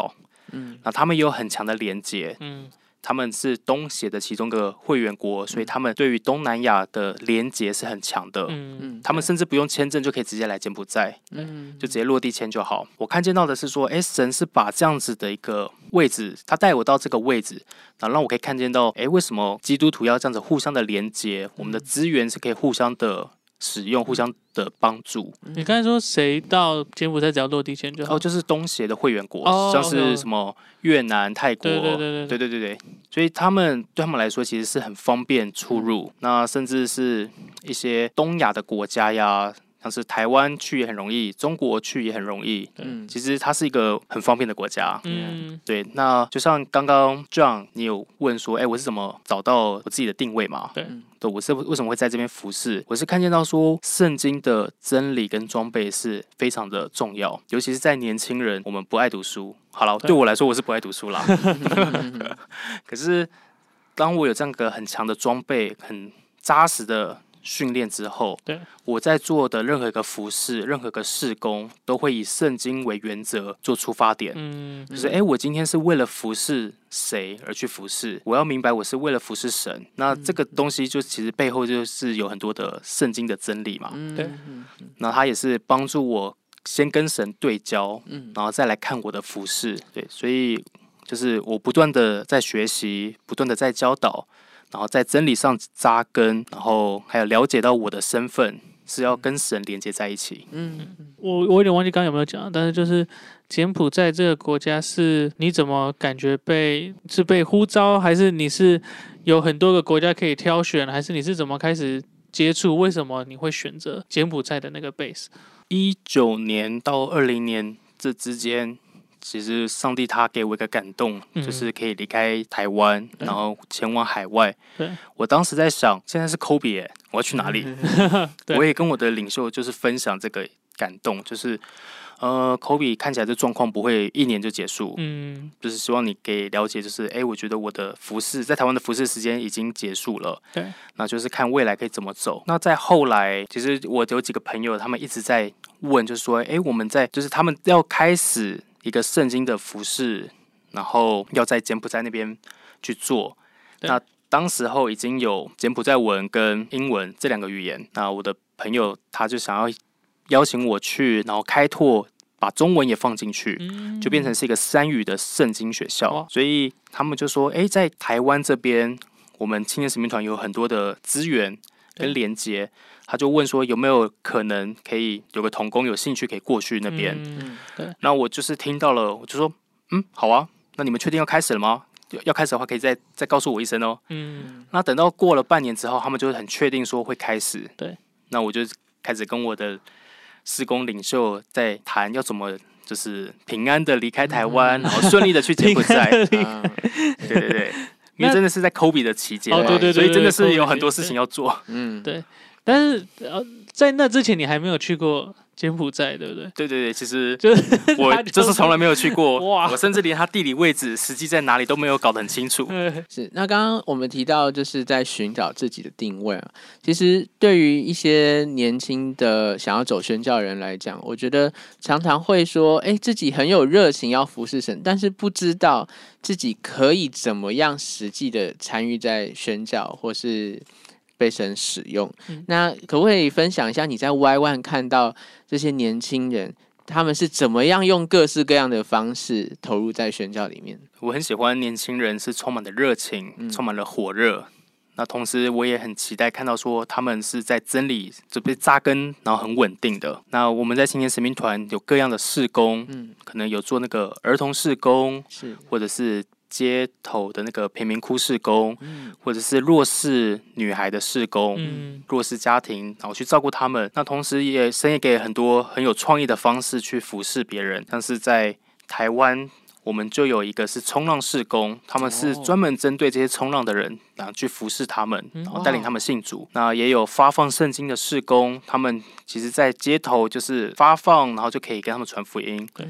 嗯，那他们也有很强的连结，嗯。他们是东协的其中一个会员国，所以他们对于东南亚的连结是很强的。嗯，他们甚至不用签证就可以直接来柬埔寨，嗯，就直接落地签就好。我看见到的是说，哎，神是把这样子的一个位置，他带我到这个位置，然后让我可以看见到，哎，为什么基督徒要这样子互相的连结？我们的资源是可以互相的使用，互相的帮助。 你刚才说谁到柬埔寨只要落地签就好？ 哦，就是东协的会员国，哦、像是什么越南、泰国， 对对对对对对对对，所以他们对他们来说其实是很方便出入。嗯、那甚至是一些东亚的国家呀。像是台湾去也很容易，中国去也很容易。嗯，其实它是一个很方便的国家。嗯，对。那就像刚刚 John 你有问说，哎、欸，我是怎么找到我自己的定位嘛？对，对，我是为什么会在这边服侍？我是看见到说，圣经的真理跟装备是非常的重要，尤其是在年轻人，我们不爱读书。好了，对我来说我是不爱读书啦。可是当我有这样一个很强的装备，很扎实的训练之后，对，我在做的任何一个服事、任何一个事工，都会以圣经为原则做出发点。嗯，就是哎、欸，我今天是为了服事谁而去服事，我要明白我是为了服事神。那这个东西就其实背后就是有很多的圣经的真理嘛。嗯，对。那它也是帮助我先跟神对焦，嗯，然后再来看我的服事。对，所以就是我不断的在学习，不断的在教导。然后在真理上扎根，然后还有了解到我的身份是要跟神连接在一起。嗯， 我我有点忘记刚刚有没有讲，但是就是柬埔寨这个国家是你怎么感觉被是被呼召，还是你是有很多个国家可以挑选，还是你是怎么开始接触？为什么你会选择柬埔寨的那个 base？ 一九年到二零年这之间。其实上帝他给我一个感动，嗯、就是可以离开台湾，然后前往海外。对，我当时在想，现在是 Kobe， 我要去哪里？我也跟我的领袖就是分享这个感动，就是呃 ，Kobe 看起来这状况不会一年就结束，嗯，就是希望你给了解，就是哎，我觉得我的服事在台湾的服事时间已经结束了，对，那就是看未来可以怎么走。那在后来，其实我有几个朋友，他们一直在问，就是说，哎，我们在就是他们要开始。一个圣经的服事，然后要在柬埔寨那边去做。那当时候已经有柬埔寨文跟英文这两个语言。那我的朋友他就想要邀请我去，然后开拓，把中文也放进去，嗯、就变成是一个三语的圣经学校。所以他们就说：“哎，在台湾这边，我们青年使命团有很多的资源跟连结。”他就问说有没有可能可以有个同工有兴趣可以过去那边？嗯，对。那我就是听到了，我就说，嗯，好啊。那你们确定要开始了吗？要开始的话，可以再再告诉我一声哦。嗯。那等到过了半年之后，他们就很确定说会开始。对。那我就开始跟我的事工领袖在谈要怎么就是平安的离开台湾，嗯、然后顺利的去柬埔寨。啊、对对对，因为真的是在 Kobe 的期间，哦对对对，所以真的是有很多事情要做。嗯， 对。但是呃，在那之前你还没有去过柬埔寨，对不对？ 对对对，其实就是我就是从来没有去过，我甚至连它地理位置实际在哪里都没有搞得很清楚。 是，那刚刚我们提到就是在寻找自己的定位啊。其实对于一些年轻的想要走宣教人来讲，我觉得常常会说，哎，自己很有热情要服侍神，但是不知道自己可以怎么样实际的参与在宣教或是。被神使用，嗯、那可不可以分享一下你在 Y 一 看到这些年轻人，他们是怎么样用各式各样的方式投入在宣教里面？ 我很喜欢年轻人是充满了热情，嗯、充满了火热。那同时我也很期待看到说他们是在真理就被扎根，然后很稳定的。那我们在青年使命团有各样的事工，嗯、可能有做那个儿童事工，是或者是。街头的那个贫民窟事工，嗯、或者是弱势女孩的事工，嗯、弱势家庭，然后去照顾他们。那同时也神也给很多很有创意的方式去服侍别人，像是在台湾，我们就有一个是冲浪事工，他们是专门针对这些冲浪的人，然后去服侍他们，然后带领他们信主。那也有发放圣经的事工，他们其实在街头就是发放，然后就可以跟他们传福音。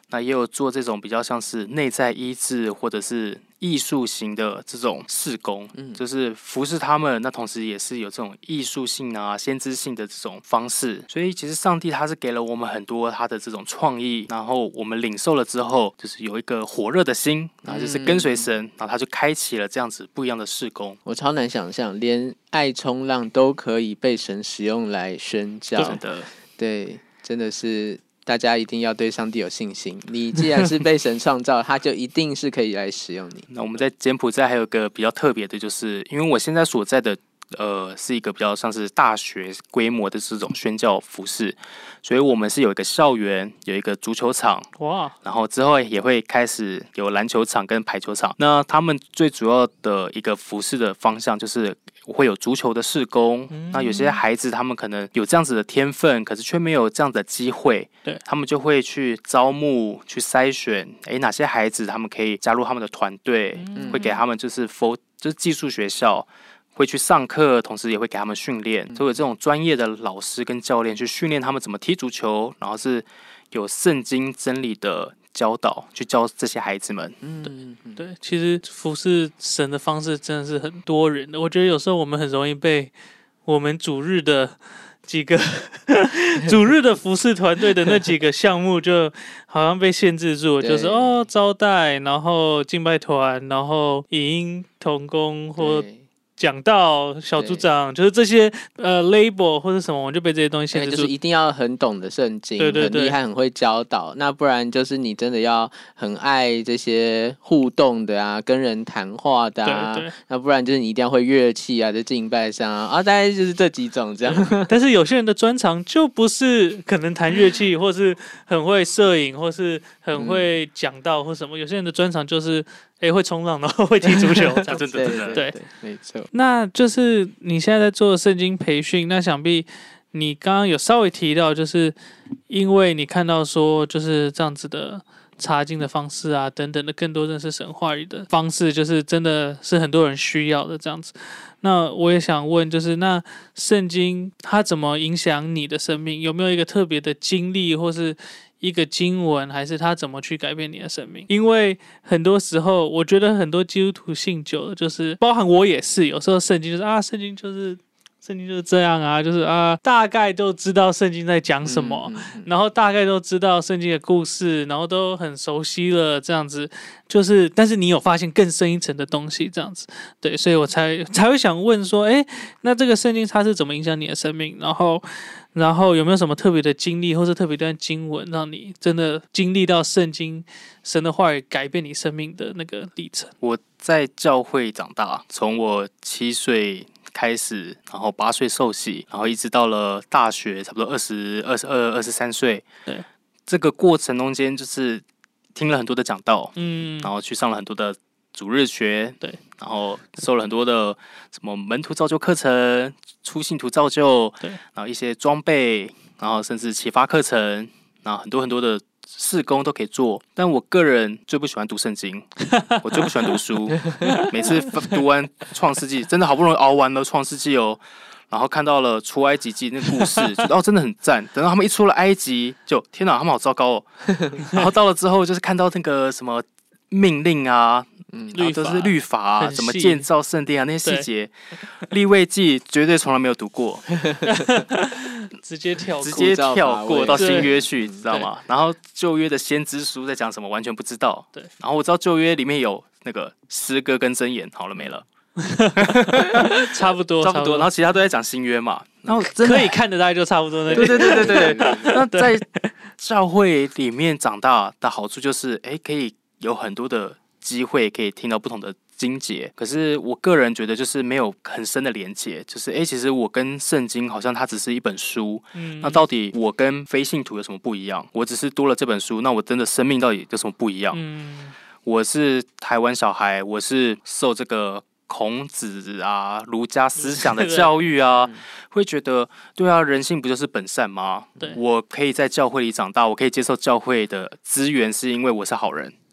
那也有做这种比较像是内在医治或者是艺术型的这种事工，嗯，就是服侍他们，那同时也是有这种艺术性啊、先知性的这种方式。所以其实上帝他是给了我们很多他的这种创意，然后我们领受了之后，就是有一个火热的心，然后就是跟随神，然后他就开启了这样子不一样的事工。 我超难想象，连爱冲浪都可以被神使用来宣教， 真的， 对，真的是。大家一定要对上帝有信心。你既然是被神创造，他就一定是可以来使用你。 那我们在柬埔寨还有一个比较特别的，就是因为我现在所在的呃是一个比较像是大学规模的这种宣教服事，所以我们是有一个校园，有一个足球场，哇，然后之后也会开始有篮球场跟排球场。那他们最主要的一个服事的方向就是会有足球的事工，嗯、那有些孩子他们可能有这样子的天分，可是却没有这样的机会，对，他们就会去招募、去筛选，哎，哪些孩子他们可以加入他们的团队，嗯、会给他们就是 for 就是寄宿学校。会去上课，同时也会给他们训练，都有这种专业的老师跟教练去训练他们怎么踢足球，然后是有圣经真理的教导，去教这些孩子们。 嗯，对，对，其实服侍神的方式真的是很多人的。我觉得有时候我们很容易被我们主日的几个主日的服侍团队的那几个项目，就好像被限制住，就是哦招待，然后敬拜团，然后影音同工或。讲到小组长，就是这些呃 label 或者什么，我就被这些东西限制住。 就是一定要很懂得圣经，对对对，很厉害，很会教导。那不然就是你真的要很爱这些互动的啊，跟人谈话的啊。对对，那不然就是你一定要会乐器啊，在敬拜上啊，啊，大概就是这几种这样。 但是有些人的专长就不是可能弹乐器，或是很会摄影，或是很会讲道或什么。有些人的专长就是。哎，会冲浪，然后会踢足球，这样真的真的对，没错。 那就是你现在在做圣经培训，那想必你刚刚有稍微提到，就是因为你看到说就是这样子的查经的方式啊，等等的更多认识神话语的方式，就是真的是很多人需要的这样子。那我也想问，就是那圣经它怎么影响你的生命？有没有一个特别的经历，或是？一个经文，还是他怎么去改变你的生命？因为很多时候，我觉得很多基督徒信久了，就是包含我也是，有时候圣经就是啊，圣经就是圣经就是这样啊，就是啊，大概都知道圣经在讲什么，嗯嗯嗯、然后大概都知道圣经的故事，然后都很熟悉了，这样子。就是，但是你有发现更深一层的东西，这样子，对，所以我才才会想问说，哎，那这个圣经它是怎么影响你的生命？然后。然后有没有什么特别的经历，或是特别段经文，让你真的经历到圣经神的话语改变你生命的那个历程？ 我在教会长大，从我七岁开始，然后八岁受洗，然后一直到了大学，差不多二十二、十二、二十三岁。对，这个过程中间就是听了很多的讲道，嗯，然后去上了很多的主日学，对，然后受了很多的什么门徒造就课程、初信徒造就，对，然后一些装备，然后甚至启发课程，然后很多很多的事工都可以做。但我个人最不喜欢读圣经，我最不喜欢读书。每次读完创世纪，真的好不容易熬完了创世纪哦，然后看到了出埃及记那个故事，觉得哦真的很赞。等到他们一出了埃及，就天哪，他们好糟糕哦。然后到了之后，就是看到那个什么命令啊。嗯，都是律法啊，怎么建造圣殿啊，那些细节，利未记绝对从来没有读过， 直接跳直接跳过到新约去，知道吗？然后旧约的先知书在讲什么，完全不知道。对，然后我知道旧约里面有那个诗歌跟箴言，好了没了， 差不多差不多。然后其他都在讲新约嘛，然后真的可以看得到就差不多那。 对对对对对。那在教会里面长大的好处就是，哎，可以有很多的机会可以听到不同的经节，可是我个人觉得就是没有很深的连结，就是哎，其实我跟圣经好像它只是一本书，嗯，那到底我跟非信徒有什么不一样？我只是多了这本书，那我真的生命到底有什么不一样？嗯，我是台湾小孩，我是受这个孔子啊、儒家思想的教育啊，嗯、会觉得对啊，人性不就是本善吗？对，我可以在教会里长大，我可以接受教会的资源，是因为我是好人。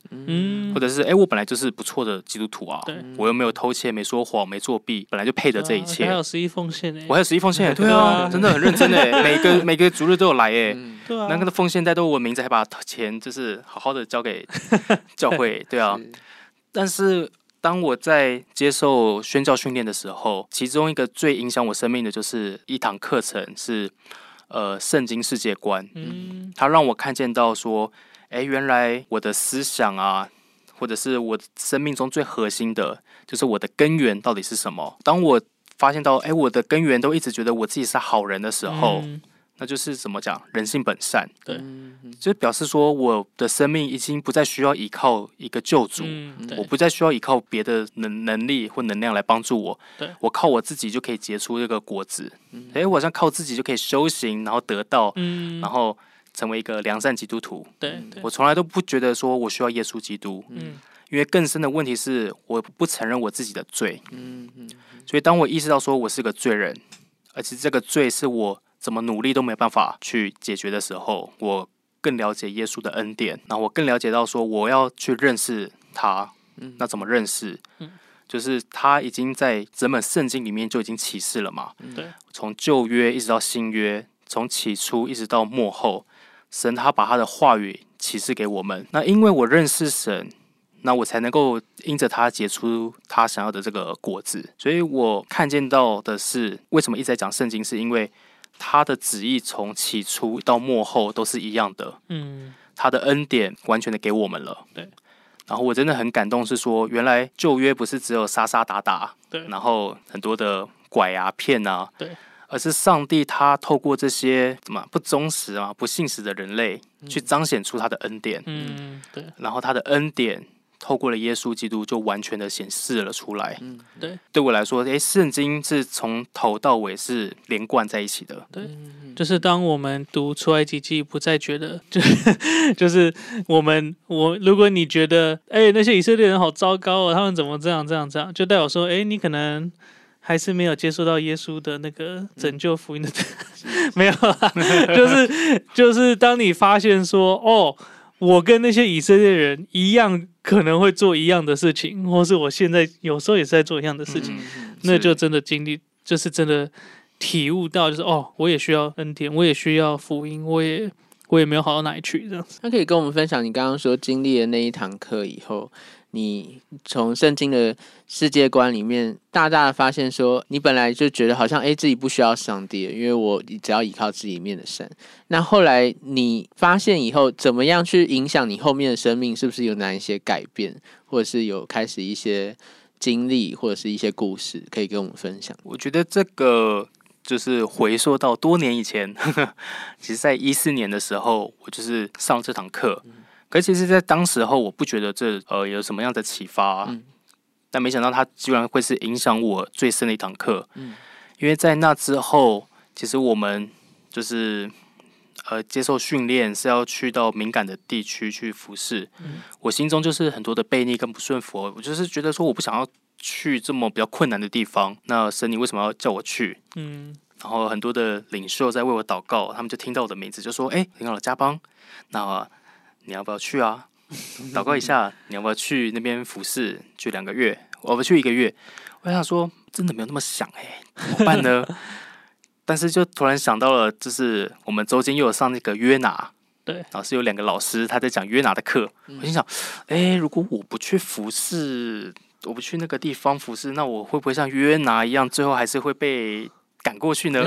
嗯， 或者是哎、欸，我本来就是不错的基督徒啊， 对， 我又没有偷窃、没说谎、没作弊，本来就配得这一切。 还有十一奉献哎， 我还有十一奉献，对啊，真的很认真哎，每个每个主日都有来哎， 对啊， 那个奉献袋都有我名字，还把钱就是好好的交给教会，对啊。但是当我在接受宣教训练的时候，其中一个最影响我生命的就是一堂课程是呃圣经世界观，嗯，它让我看见到说，哎，原来我的思想啊，或者是我生命中最核心的，就是我的根源到底是什么。当我发现到，哎，我的根源都一直觉得我自己是好人的时候，嗯，那就是怎么讲，人性本善， 对， 就表示说我的生命已经不再需要依靠一个救主，嗯，我不再需要依靠别的能能力或能量来帮助我， 对， 我靠我自己就可以结出这个果子。哎，嗯，我好像靠自己就可以修行，然后得到，嗯，然后成为一个良善基督徒。 对， 我从来都不觉得说我需要耶稣基督，嗯，因为更深的问题是我不承认我自己的罪，嗯嗯，所以当我意识到说我是个罪人，而且这个罪是我怎么努力都没办法去解决的时候，我更了解耶稣的恩典，然后我更了解到说我要去认识他，嗯，那怎么认识？嗯，就是他已经在整本圣经里面就已经启示了嘛， 对， 从旧约一直到新约，从起初一直到末后，神他把他的话语启示给我们。那因为我认识神，那我才能够因着他结出他想要的这个果子。所以我看见到的是，为什么一直在讲圣经，是因为他的旨意从起初到末后都是一样的，嗯，他的恩典完全的给我们了， 对。 然后我真的很感动，是说原来旧约不是只有杀杀打打， 对， 然后很多的拐啊骗啊， 对， 而是上帝他透过这些怎么不忠实啊、不信实的人类，去彰显出他的恩典， 嗯，对。 然后他的恩典透过了耶稣基督，就完全的显示了出来。 嗯，对。 对我来说，哎，圣经是从头到尾是连贯在一起的。 对，就是当我们读出埃及记，不再觉得，就就是我们我，如果你觉得，哎，那些以色列人好糟糕哦，他们怎么这样这样这样，就代表说，哎，你可能还是没有接受到耶稣的那个拯救福音的，嗯、没有啦，就是就是当你发现说，哦。我跟那些以色列人一样，可能会做一样的事情，或是我现在有时候也是在做一样的事情，嗯、那就真的经历，就是真的体悟到，就是哦，我也需要恩典，我也需要福音，我也我也没有好到哪里去，这样子。 那可以跟我们分享你刚刚说经历了那一堂课以后，你从圣经的世界观里面大大的发现说，你本来就觉得好像哎自己不需要上帝，因为我只要依靠自己里面的神。那后来你发现以后，怎么样去影响你后面的生命？是不是有哪一些改变，或者是有开始一些经历，或者是一些故事，可以跟我们分享？ 我觉得这个就是回溯到多年以前，呵呵其实在一四年的时候，我就是上这堂课。嗯，可是其实在当时候我不觉得这呃有什么样的启发，嗯，但没想到它居然会是影响我最深的一堂课，嗯，因为在那之后，其实我们就是呃接受训练是要去到敏感的地区去服侍，嗯，我心中就是很多的悖逆跟不顺服，我就是觉得说我不想要去这么比较困难的地方，那神你为什么要叫我去？嗯，然后很多的领袖在为我祷告，他们就听到我的名字就说，哎，领导了家邦，那你要不要去啊？祷告一下，你要不要去那边服侍？去两个月，我不去一个月。我想说，真的没有那么想哎、欸，怎么办呢？但是就突然想到了，就是我们周间又有上那个约拿， 对， 然后是有两个老师他在讲约拿的课。嗯、我心想，哎、欸，如果我不去服侍，我不去那个地方服侍，那我会不会像约拿一样，最后还是会被赶过去呢？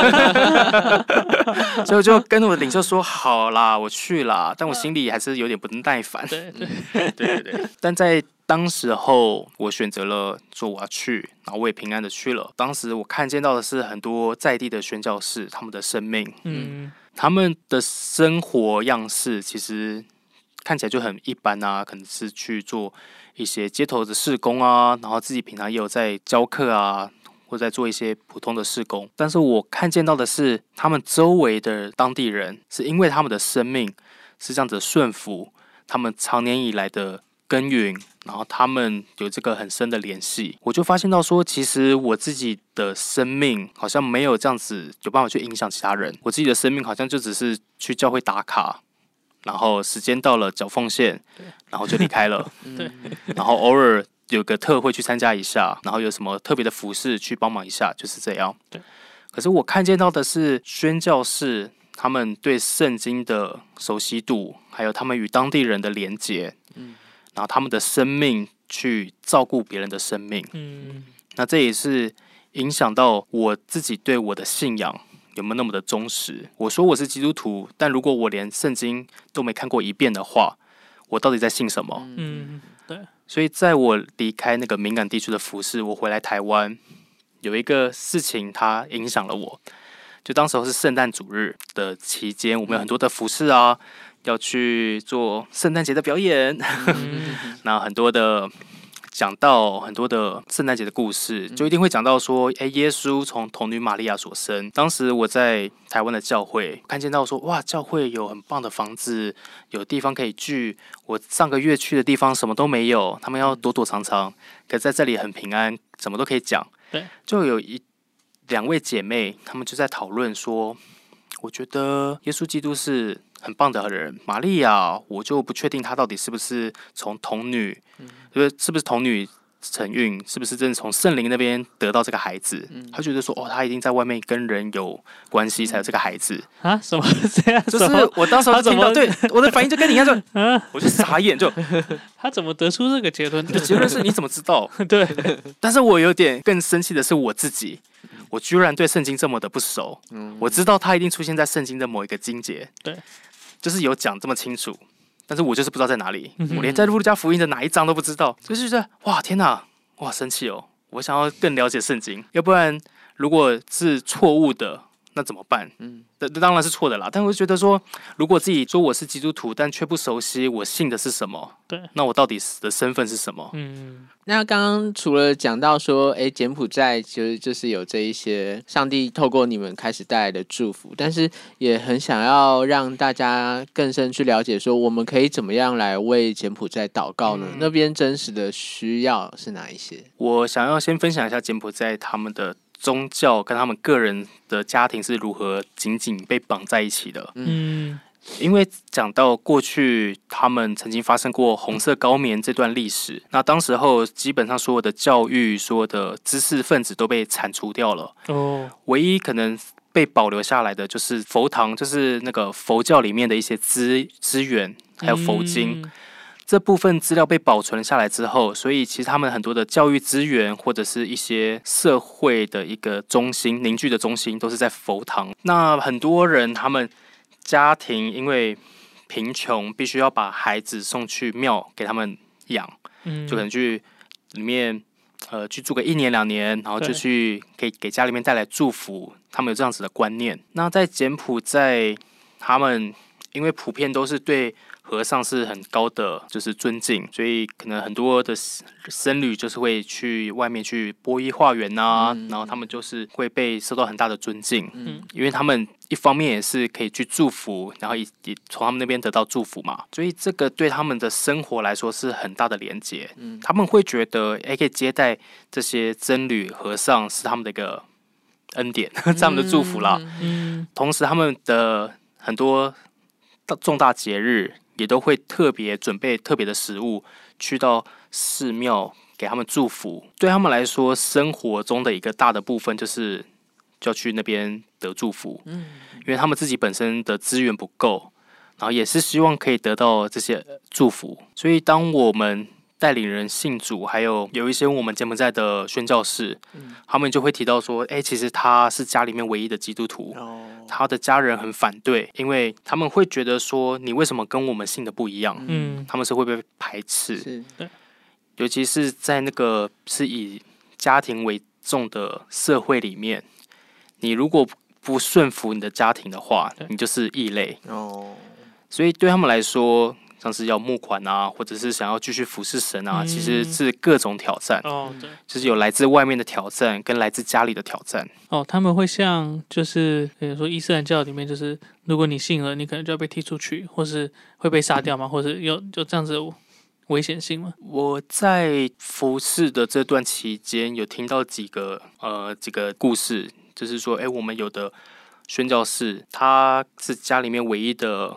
所以我就跟我的领袖说好啦，我去啦，但我心里还是有点不耐烦。 对对对对对。但在当时候，我选择了说我要去，然后我也平安的去了。当时我看见到的是很多在地的宣教士，他们的生命，嗯，他们的生活样式其实看起来就很一般啊，可能是去做一些街头的事工啊，然后自己平常也有在教课啊。或在做一些普通的事工，但是我看见到的是，他们周围的当地人是因为他们的生命是这样子顺服，他们常年以来的耕耘，然后他们有这个很深的联系，我就发现到说，其实我自己的生命好像没有这样子有办法去影响其他人，我自己的生命好像就只是去教会打卡， 然后时间到了缴奉献，然后就离开了。 对， 然后偶尔有个特会去参加一下，然后有什么特别的服事去帮忙一下，就是这样。 对。 可是我看见到的是宣教士他们对圣经的熟悉度，还有他们与当地人的连结，嗯，然后他们的生命去照顾别人的生命，嗯，那这也是影响到我自己对我的信仰有没有那么的忠实。我说我是基督徒，但如果我连圣经都没看过一遍的话，我到底在信什么？ 嗯，对。 所以在我离开那个敏感地区的服事，我回来台湾，有一个事情它影响了我。就当时候是圣诞主日的期间，我们有很多的服事啊，要去做圣诞节的表演，那、嗯、很多的讲到很多的圣诞节的故事，就一定会讲到说，哎，耶稣从童女玛利亚所生。当时我在台湾的教会看见到说，哇，教会有很棒的房子，有地方可以聚。我上个月去的地方什么都没有，他们要躲躲藏藏，可在这里很平安，什么都可以讲。 对， 就有一两位姐妹，她们就在讨论说，我觉得耶稣基督是很棒的人，玛利亚我就不确定她到底是不是从童女，嗯、是不是童女承孕，是不是真的从圣灵那边得到这个孩子？嗯、她觉得说，哦，她一定在外面跟人有关系才有这个孩子啊？什么这样？ 就是我当时听到，对我的反应就跟你一样，就啊，我就傻眼，就他怎么得出这个结论？ 结论是你怎么知道？ 对， 但是我有点更生气的是我自己。我居然对圣经这么的不熟，嗯、我知道它一定出现在圣经的某一个经节， 对， 就是有讲这么清楚，但是我就是不知道在哪里，嗯、我连在路加福音的哪一章都不知道，就是觉得哇天哪，哇生气哦！我想要更了解圣经，要不然如果是错误的，那怎么办？嗯，这当然是错的啦。但我就觉得说，如果自己说我是基督徒，但却不熟悉我信的是什么， 对， 那我到底的身份是什么？ 嗯。那刚刚除了讲到说，哎，柬埔寨就是就是有这一些上帝透过你们开始带来的祝福，但是也很想要让大家更深去了解，说我们可以怎么样来为柬埔寨祷告呢？嗯、那边真实的需要是哪一些？ 我想要先分享一下柬埔寨他们的宗教跟他们个人的家庭是如何紧紧被绑在一起的。嗯。因为讲到过去他们曾经发生过红色高棉这段历史，那当时候基本上所有的教育所有的知识分子都被铲除掉了，哦，唯一可能被保留下来的就是佛堂，就是那个佛教里面的一些资资源还有佛经、嗯、这部分资料被保存下来之后，所以其实他们很多的教育资源或者是一些社会的一个中心凝聚的中心都是在佛堂。那很多人他们家庭因为贫穷，必须要把孩子送去庙给他们养，嗯、就可能去里面呃去住个一年两年，然后就去给给家里面带来祝福，他们有这样子的观念。那在柬埔寨，他们因为普遍都是对和尚是很高的就是尊敬，所以可能很多的僧侣就是会去外面去皈依化缘啊、嗯，然后他们就是会被受到很大的尊敬，嗯，因为他们一方面也是可以去祝福，然后也也从他们那边得到祝福嘛，所以这个对他们的生活来说是很大的连结，嗯，他们会觉得哎，可以接待这些僧侣和尚是他们的一个恩典，是他们的祝福啦，嗯，同时他们的很多重大节日也都会特别准备特别的食物，去到寺庙给他们祝福。对他们来说，生活中的一个大的部分就是就要去那边得祝福，嗯，因为他们自己本身的资源不够，然后也是希望可以得到这些祝福。所以，当我们带领人信主，还有有一些我们柬埔寨的宣教士、嗯，他们就会提到说，哎、欸，其实他是家里面唯一的基督徒。哦，他的家人很反对，因为他们会觉得说，你为什么跟我们信的不一样？嗯，他们是会被排斥，是，对，尤其是在那个是以家庭为重的社会里面，你如果不顺服你的家庭的话，你就是异类。哦，所以对他们来说，像是要募款啊，或者是想要继续服侍神啊、嗯，其实是各种挑战。哦，对，就是有来自外面的挑战，跟来自家里的挑战。 哦，他们会像就是比如说伊斯兰教里面，就是如果你信了，你可能就要被踢出去，或是会被杀掉吗？或者有就这样子危险性吗？ 我在服侍的这段期间，有听到几个呃几个故事，就是说，哎，我们有的宣教士他是家里面唯一的。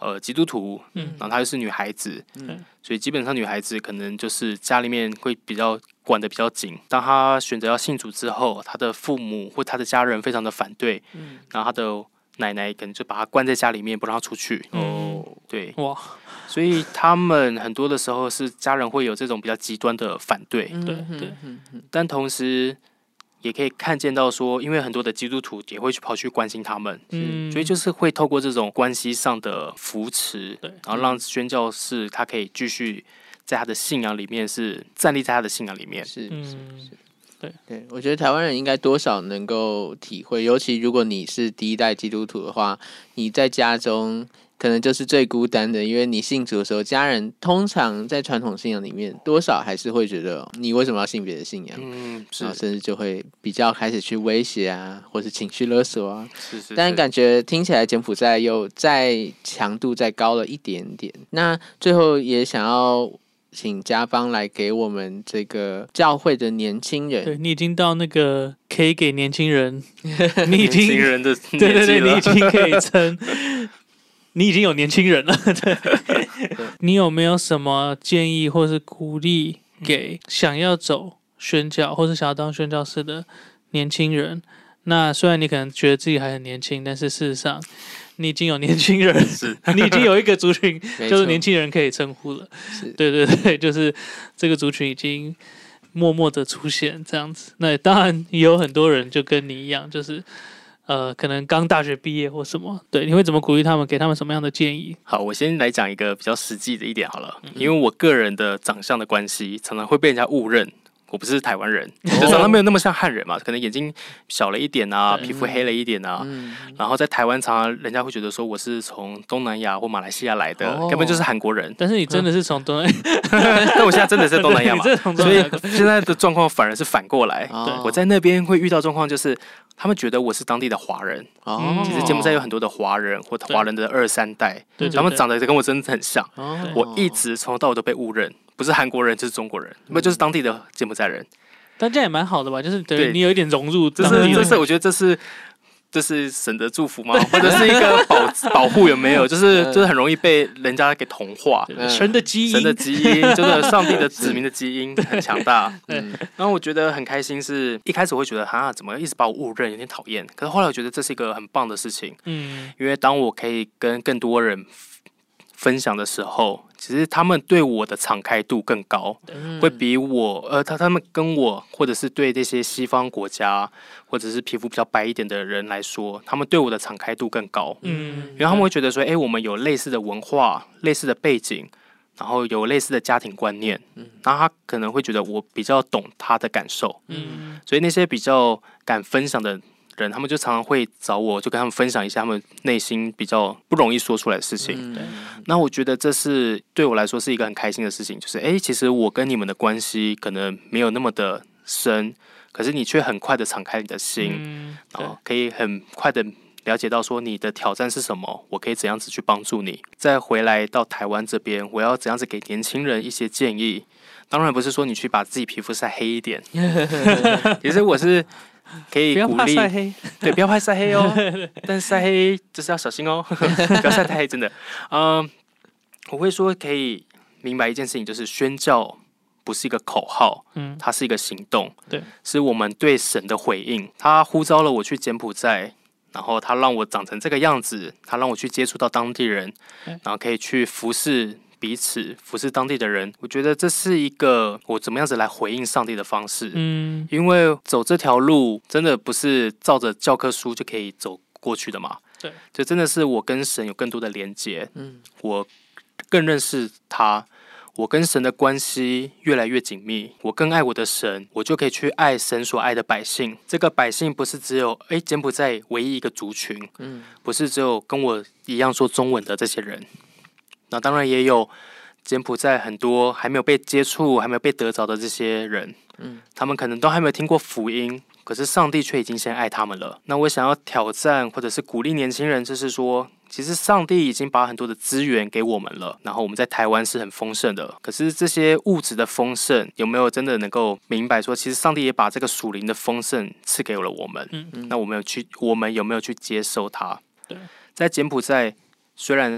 呃基督徒，嗯，然后她又是女孩子，嗯，所以基本上女孩子可能就是家里面会比较管得比较紧。当她选择要信主之后，她的父母或她的家人非常的反对，嗯，然后她的奶奶可能就把她关在家里面，不让她出去。哦，对，哇，所以他们很多的时候是家人会有这种比较极端的反对，对对，但同时也可以看见到说，因为很多的基督徒也会去跑去关心他们，嗯，所以就是会透过这种关系上的扶持，对，然后让宣教士他可以继续在他的信仰里面是站立在他的信仰里面， 是是是，对对，我觉得台湾人应该多少能够体会，尤其如果你是第一代基督徒的话，你在家中可能就是最孤单的，因为你信主的时候，家人通常在传统信仰里面，多少还是会觉得你为什么要信别的信仰，嗯，然后甚至就会比较开始去威胁啊，或是情绪勒索啊，是是是，但感觉听起来柬埔寨又再强度再高了一点点。那最后也想要请家邦来给我们这个教会的年轻人， 对，你已经到那个可以给年轻人，你已经年轻人的年纪了， 对对对，你已经可以称。你已经有年轻人了，对，你有没有什么建议或是鼓励给想要走宣教或是想要当宣教士的年轻人？那虽然你可能觉得自己还很年轻，但是事实上你已经有年轻人，是你已经有一个族群就是年轻人可以称呼了，对对对，就是这个族群已经默默的出现这样子。那当然也有很多人就跟你一样，就是呃，可能刚大学毕业或什么，对，你会怎么鼓励他们？给他们什么样的建议？ 好，我先来讲一个比较实际的一点好了，嗯、因为我个人的长相的关系，常常会被人家误认我不是台湾人，就长得没有那么像汉人嘛，可能眼睛小了一点啊，皮肤黑了一点啊，嗯、然后在台湾常常人家会觉得说我是从东南亚或马来西亚来的，哦、根本就是韩国人。 但是你真的是从东南亚， 但我现在真的是东南亚嘛，所以现在的状况反而是反过来。哦、我在那边会遇到状况就是。他们觉得我是当地的华人，哦、其实柬埔寨有很多的华人或华人的二三代，他们长得跟我真的很像。哦、我一直从头到尾都被误认，不是韩国人就是中国人，不、嗯、就是当地的柬埔寨人。 但这样也蛮好的吧，就是等于你有一点融入当地。这是，这是我觉得这是。这是神的祝福吗？或者是一个保保护有没有？就是就是很容易被人家给同化。 神的基因， 神的基因，就是上帝的子民的基因很强大。嗯，然后我觉得很开心是，一开始我会觉得哈，怎么一直把我误认，有点讨厌。可是后来我觉得这是一个很棒的事情。嗯，因为当我可以跟更多人分享的时候，其实他们对我的敞开度更高，嗯、会比我呃他他们跟我或者是对这些西方国家或者是皮肤比较白一点的人来说，他们对我的敞开度更高。嗯，因为他们会觉得说，哎、欸，我们有类似的文化、类似的背景，然后有类似的家庭观念，嗯，然后他可能会觉得我比较懂他的感受。嗯，所以那些比较敢分享的人，他们就常常会找我，就跟他们分享一下他们内心比较不容易说出来的事情。嗯、那我觉得这是对我来说是一个很开心的事情，就是哎、欸，其实我跟你们的关系可能没有那么的深，可是你却很快的敞开你的心，嗯、然后可以很快的了解到说你的挑战是什么，我可以怎样子去帮助你。再回来到台湾这边，我要怎样子给年轻人一些建议？当然不是说你去把自己皮肤晒黑一点，其实我是。可以鼓励，对，不要怕晒黑哦。但是晒黑就是要小心哦，不要晒太黑，真的。嗯，我会说可以明白一件事情，就是宣教不是一个口号，嗯，它是一个行动，对，是我们对神的回应。他呼召了我去柬埔寨，然后他让我长成这个样子，他让我去接触到当地人，然后可以去服侍。彼此服侍当地的人，我觉得这是一个我怎么样子来回应上帝的方式。嗯，因为走这条路真的不是照着教科书就可以走过去的嘛。对，就真的是我跟神有更多的连接。嗯，我更认识他，我跟神的关系越来越紧密。我更爱我的神，我就可以去爱神所爱的百姓。这个百姓不是只有哎柬埔寨唯一一个族群，嗯，不是只有跟我一样说中文的这些人。那当然也有柬埔寨很多还没有被接触、还没有被得着的这些人，嗯，他们可能都还没有听过福音，可是上帝却已经先爱他们了。那我想要挑战或者是鼓励年轻人，就是说，其实上帝已经把很多的资源给我们了，然后我们在台湾是很丰盛的。可是这些物质的丰盛，有没有真的能够明白说，其实上帝也把这个属灵的丰盛赐给了我们？嗯嗯，那我们有去，我们有没有去接受它？对，在柬埔寨虽然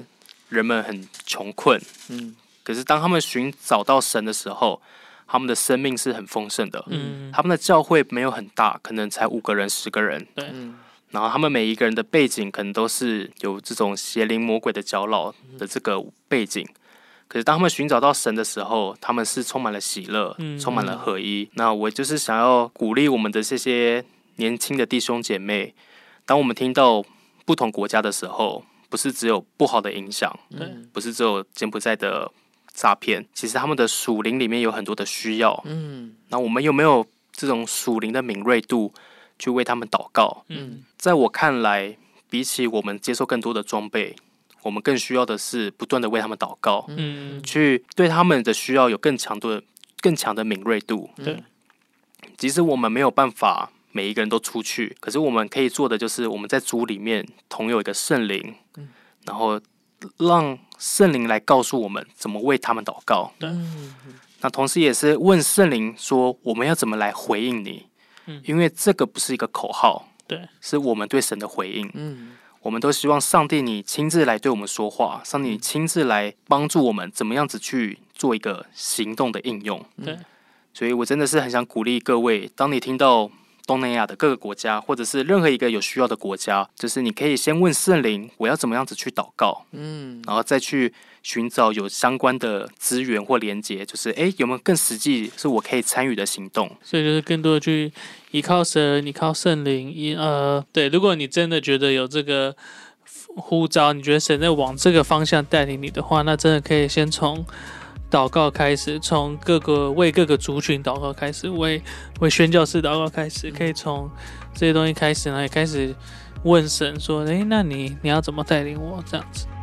人们很穷困，嗯，可是当他们寻找到神的时候，他们的生命是很丰盛的，嗯，他们的教会没有很大，可能才五个人、十个人， 对， 然后他们每一个人的背景可能都是有这种邪灵魔鬼的搅扰的这个背景。可是当他们寻找到神的时候，他们是充满了喜乐，嗯、充满了合一。那我就是想要鼓励我们的这些年轻的弟兄姐妹，当我们听到不同国家的时候，不是只有不好的影响，嗯、不是只有柬埔寨的诈骗，其实他们的属灵里面有很多的需要。嗯，那我们有没有这种属灵的敏锐度去为他们祷告？嗯，在我看来，比起我们接受更多的装备，我们更需要的是不断的为他们祷告，嗯，去对他们的需要有更强的、更强的敏锐度。对，即使我们没有办法每一个人都出去，可是我们可以做的就是我们在主里面同有一个圣灵，嗯、然后让圣灵来告诉我们怎么为他们祷告。对，那同时也是问圣灵说，我们要怎么来回应你？嗯、因为这个不是一个口号，对，是我们对神的回应。嗯。我们都希望上帝你亲自来对我们说话，上帝你亲自来帮助我们怎么样子去做一个行动的应用。对，所以我真的是很想鼓励各位，当你听到东南亚的各个国家，或者是任何一个有需要的国家，就是你可以先问圣灵，我要怎么样子去祷告，嗯，然后再去寻找有相关的资源或连结，就是哎有没有更实际是我可以参与的行动。 所以就是更多的去依靠神，依靠圣灵，依呃对，如果你真的觉得有这个呼召，你觉得神在往这个方向带领你的话，那真的可以先从祷告开始，从各个为各个族群祷告开始，为为宣教士祷告开始，可以从这些东西开始呢，也开始问神说，哎，那你你要怎么带领我这样子？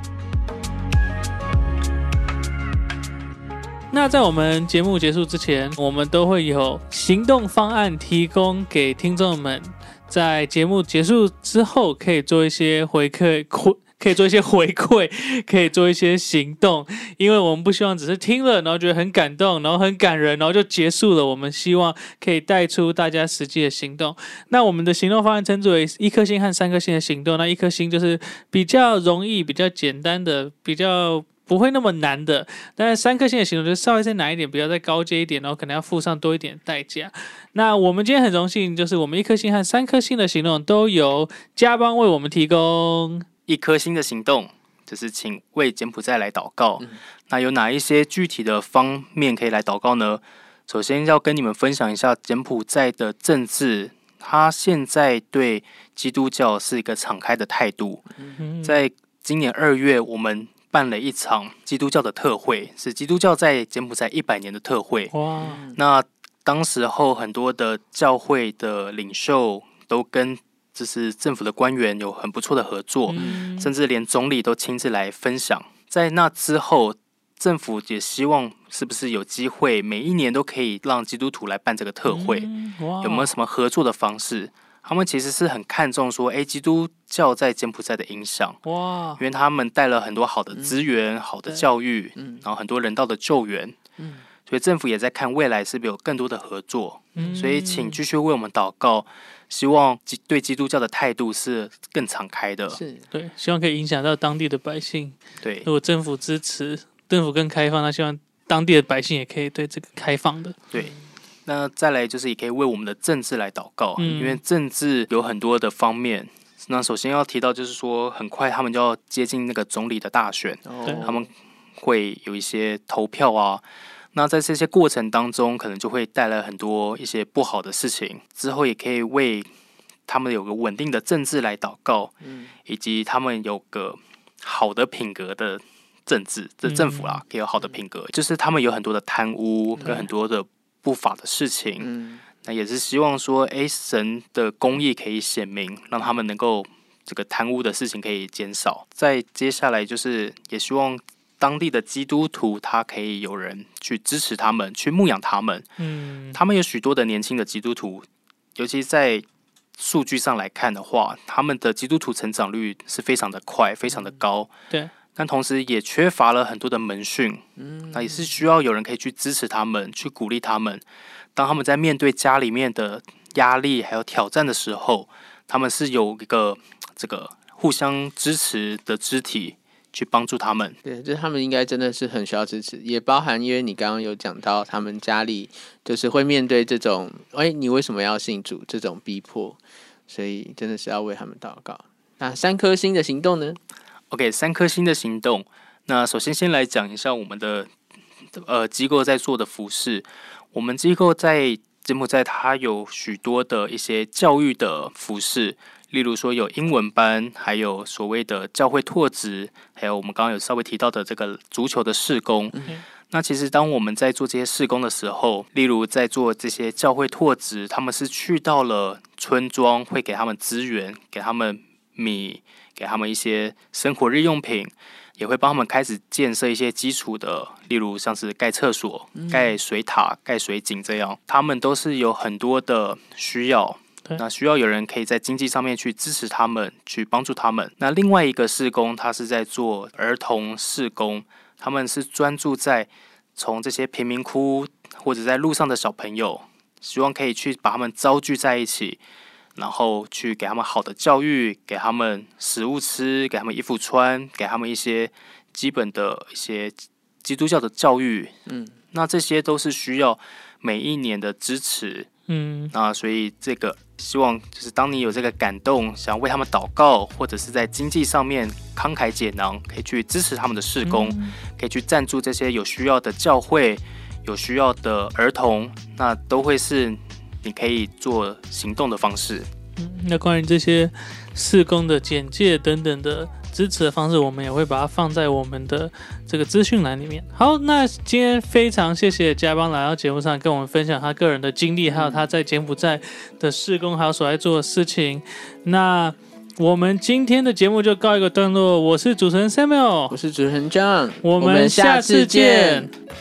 那在我们节目结束之前，我们都会有行动方案提供给听众们，在节目结束之后可以做一些回馈，可以做一些回馈，可以做一些行动，因为我们不希望只是听了，然后觉得很感动，然后很感人，然后就结束了。我们希望可以带出大家实际的行动。那我们的行动方案称之为一颗星和三颗星的行动。那一颗星就是比较容易、比较简单的、比较不会那么难的，但是三颗星的行动就稍微再难一点，比较再高阶一点，然后可能要付上多一点代价。那我们今天很荣幸，就是我们一颗星和三颗星的行动都由家邦为我们提供。 一颗星的行动就是请为柬埔寨来祷告、嗯、那有哪一些具体的方面可以来祷告呢？首先要跟你们分享一下柬埔寨的政治，它现在对基督教是一个敞开的态度、嗯、在今年二月我们办了一场基督教的特会，是基督教在柬埔寨一百年的特会。哇！那当时候很多的教会的领袖都跟就是政府的官员有很不错的合作、嗯、甚至连总理都亲自来分享。在那之后，政府也希望是不是有机会每一年都可以让基督徒来办这个特会、嗯、有没有什么合作的方式？他们其实是很看重说，哎，基督教在柬埔寨的影响，哇，因为他们带了很多好的资源、嗯、好的教育、嗯、然后很多人道的救援、嗯，所以政府也在看未来是不是有更多的合作、嗯、所以请继续为我们祷告，希望对基督教的态度是更敞开的， 是对，希望可以影响到当地的百姓。 对， 如果政府支持，政府更开放，那希望当地的百姓也可以对这个开放的。 对，那再来就是也可以为我们的政治来祷告、嗯、因为政治有很多的方面。那首先要提到就是说，很快他们就要接近那个总理的大选，哦、他们会有一些投票啊。那在这些过程当中，可能就会带来很多一些不好的事情。之后也可以为他们有个稳定的政治来祷告，嗯、以及他们有个好的品格的政治，这政府啦，可以有好的品格。嗯、就是他们有很多的贪污跟很多的不法的事情，嗯、那也是希望说，哎，神的公义可以显明，让他们能够这个贪污的事情可以减少。再接下来就是也希望当地的基督徒，他可以有人去支持他们，去牧养他们。嗯，他们有许多的年轻的基督徒，尤其在数据上来看的话，他们的基督徒成长率是非常的快，非常的高。 嗯、对， 但同时也缺乏了很多的门训。嗯，那也是需要有人可以去支持他们，去鼓励他们。当他们在面对家里面的压力还有挑战的时候，他们是有一个这个互相支持的肢体。 去帮助他们。 对，就是他们应该真的是很需要支持，也包含因为你刚刚有讲到他们家里就是会面对这种哎，你为什么要信主这种逼迫，所以真的是要为他们祷告。那三颗星的行动呢 ？OK， 三颗星的行动。那首先先来讲一下我们的呃机构在做的服事。我们机构在柬埔寨，它有许多的一些教育的服事。例如说有英文班，还有所谓的教会拓殖，还有我们刚刚有稍微提到的这个足球的事工。嗯、那其实当我们在做这些事工的时候，例如在做这些教会拓殖，他们是去到了村庄，会给他们资源，给他们米，给他们一些生活日用品，也会帮他们开始建设一些基础的，例如像是盖厕所、盖水塔、盖水井这样，他们都是有很多的需要。那需要有人可以在经济上面去支持他们，去帮助他们。那另外一个事工，他是在做儿童事工，他们是专注在从这些贫民窟或者在路上的小朋友，希望可以去把他们招聚在一起，然后去给他们好的教育，给他们食物吃，给他们衣服穿，给他们一些基本的一些基督教的教育。嗯，那这些都是需要每一年的支持。嗯，那所以这个希望就是当你有这个感动，想为他们祷告，或者是在经济上面慷慨解囊，可以去支持他们的事工，嗯、可以去赞助这些有需要的教会、有需要的儿童，那都会是你可以做行动的方式。 嗯，那关于这些事工的简介等等的支持的方式，我们也会把它放在我们的这个资讯栏里面。好，那今天非常谢谢家邦来到节目上跟我们分享他个人的经历，还有他在柬埔寨的事工，还有所在做的事情。那我们今天的节目就告一个段落，我是主持人 Samuel， 我是主持人 John， 我们下次见。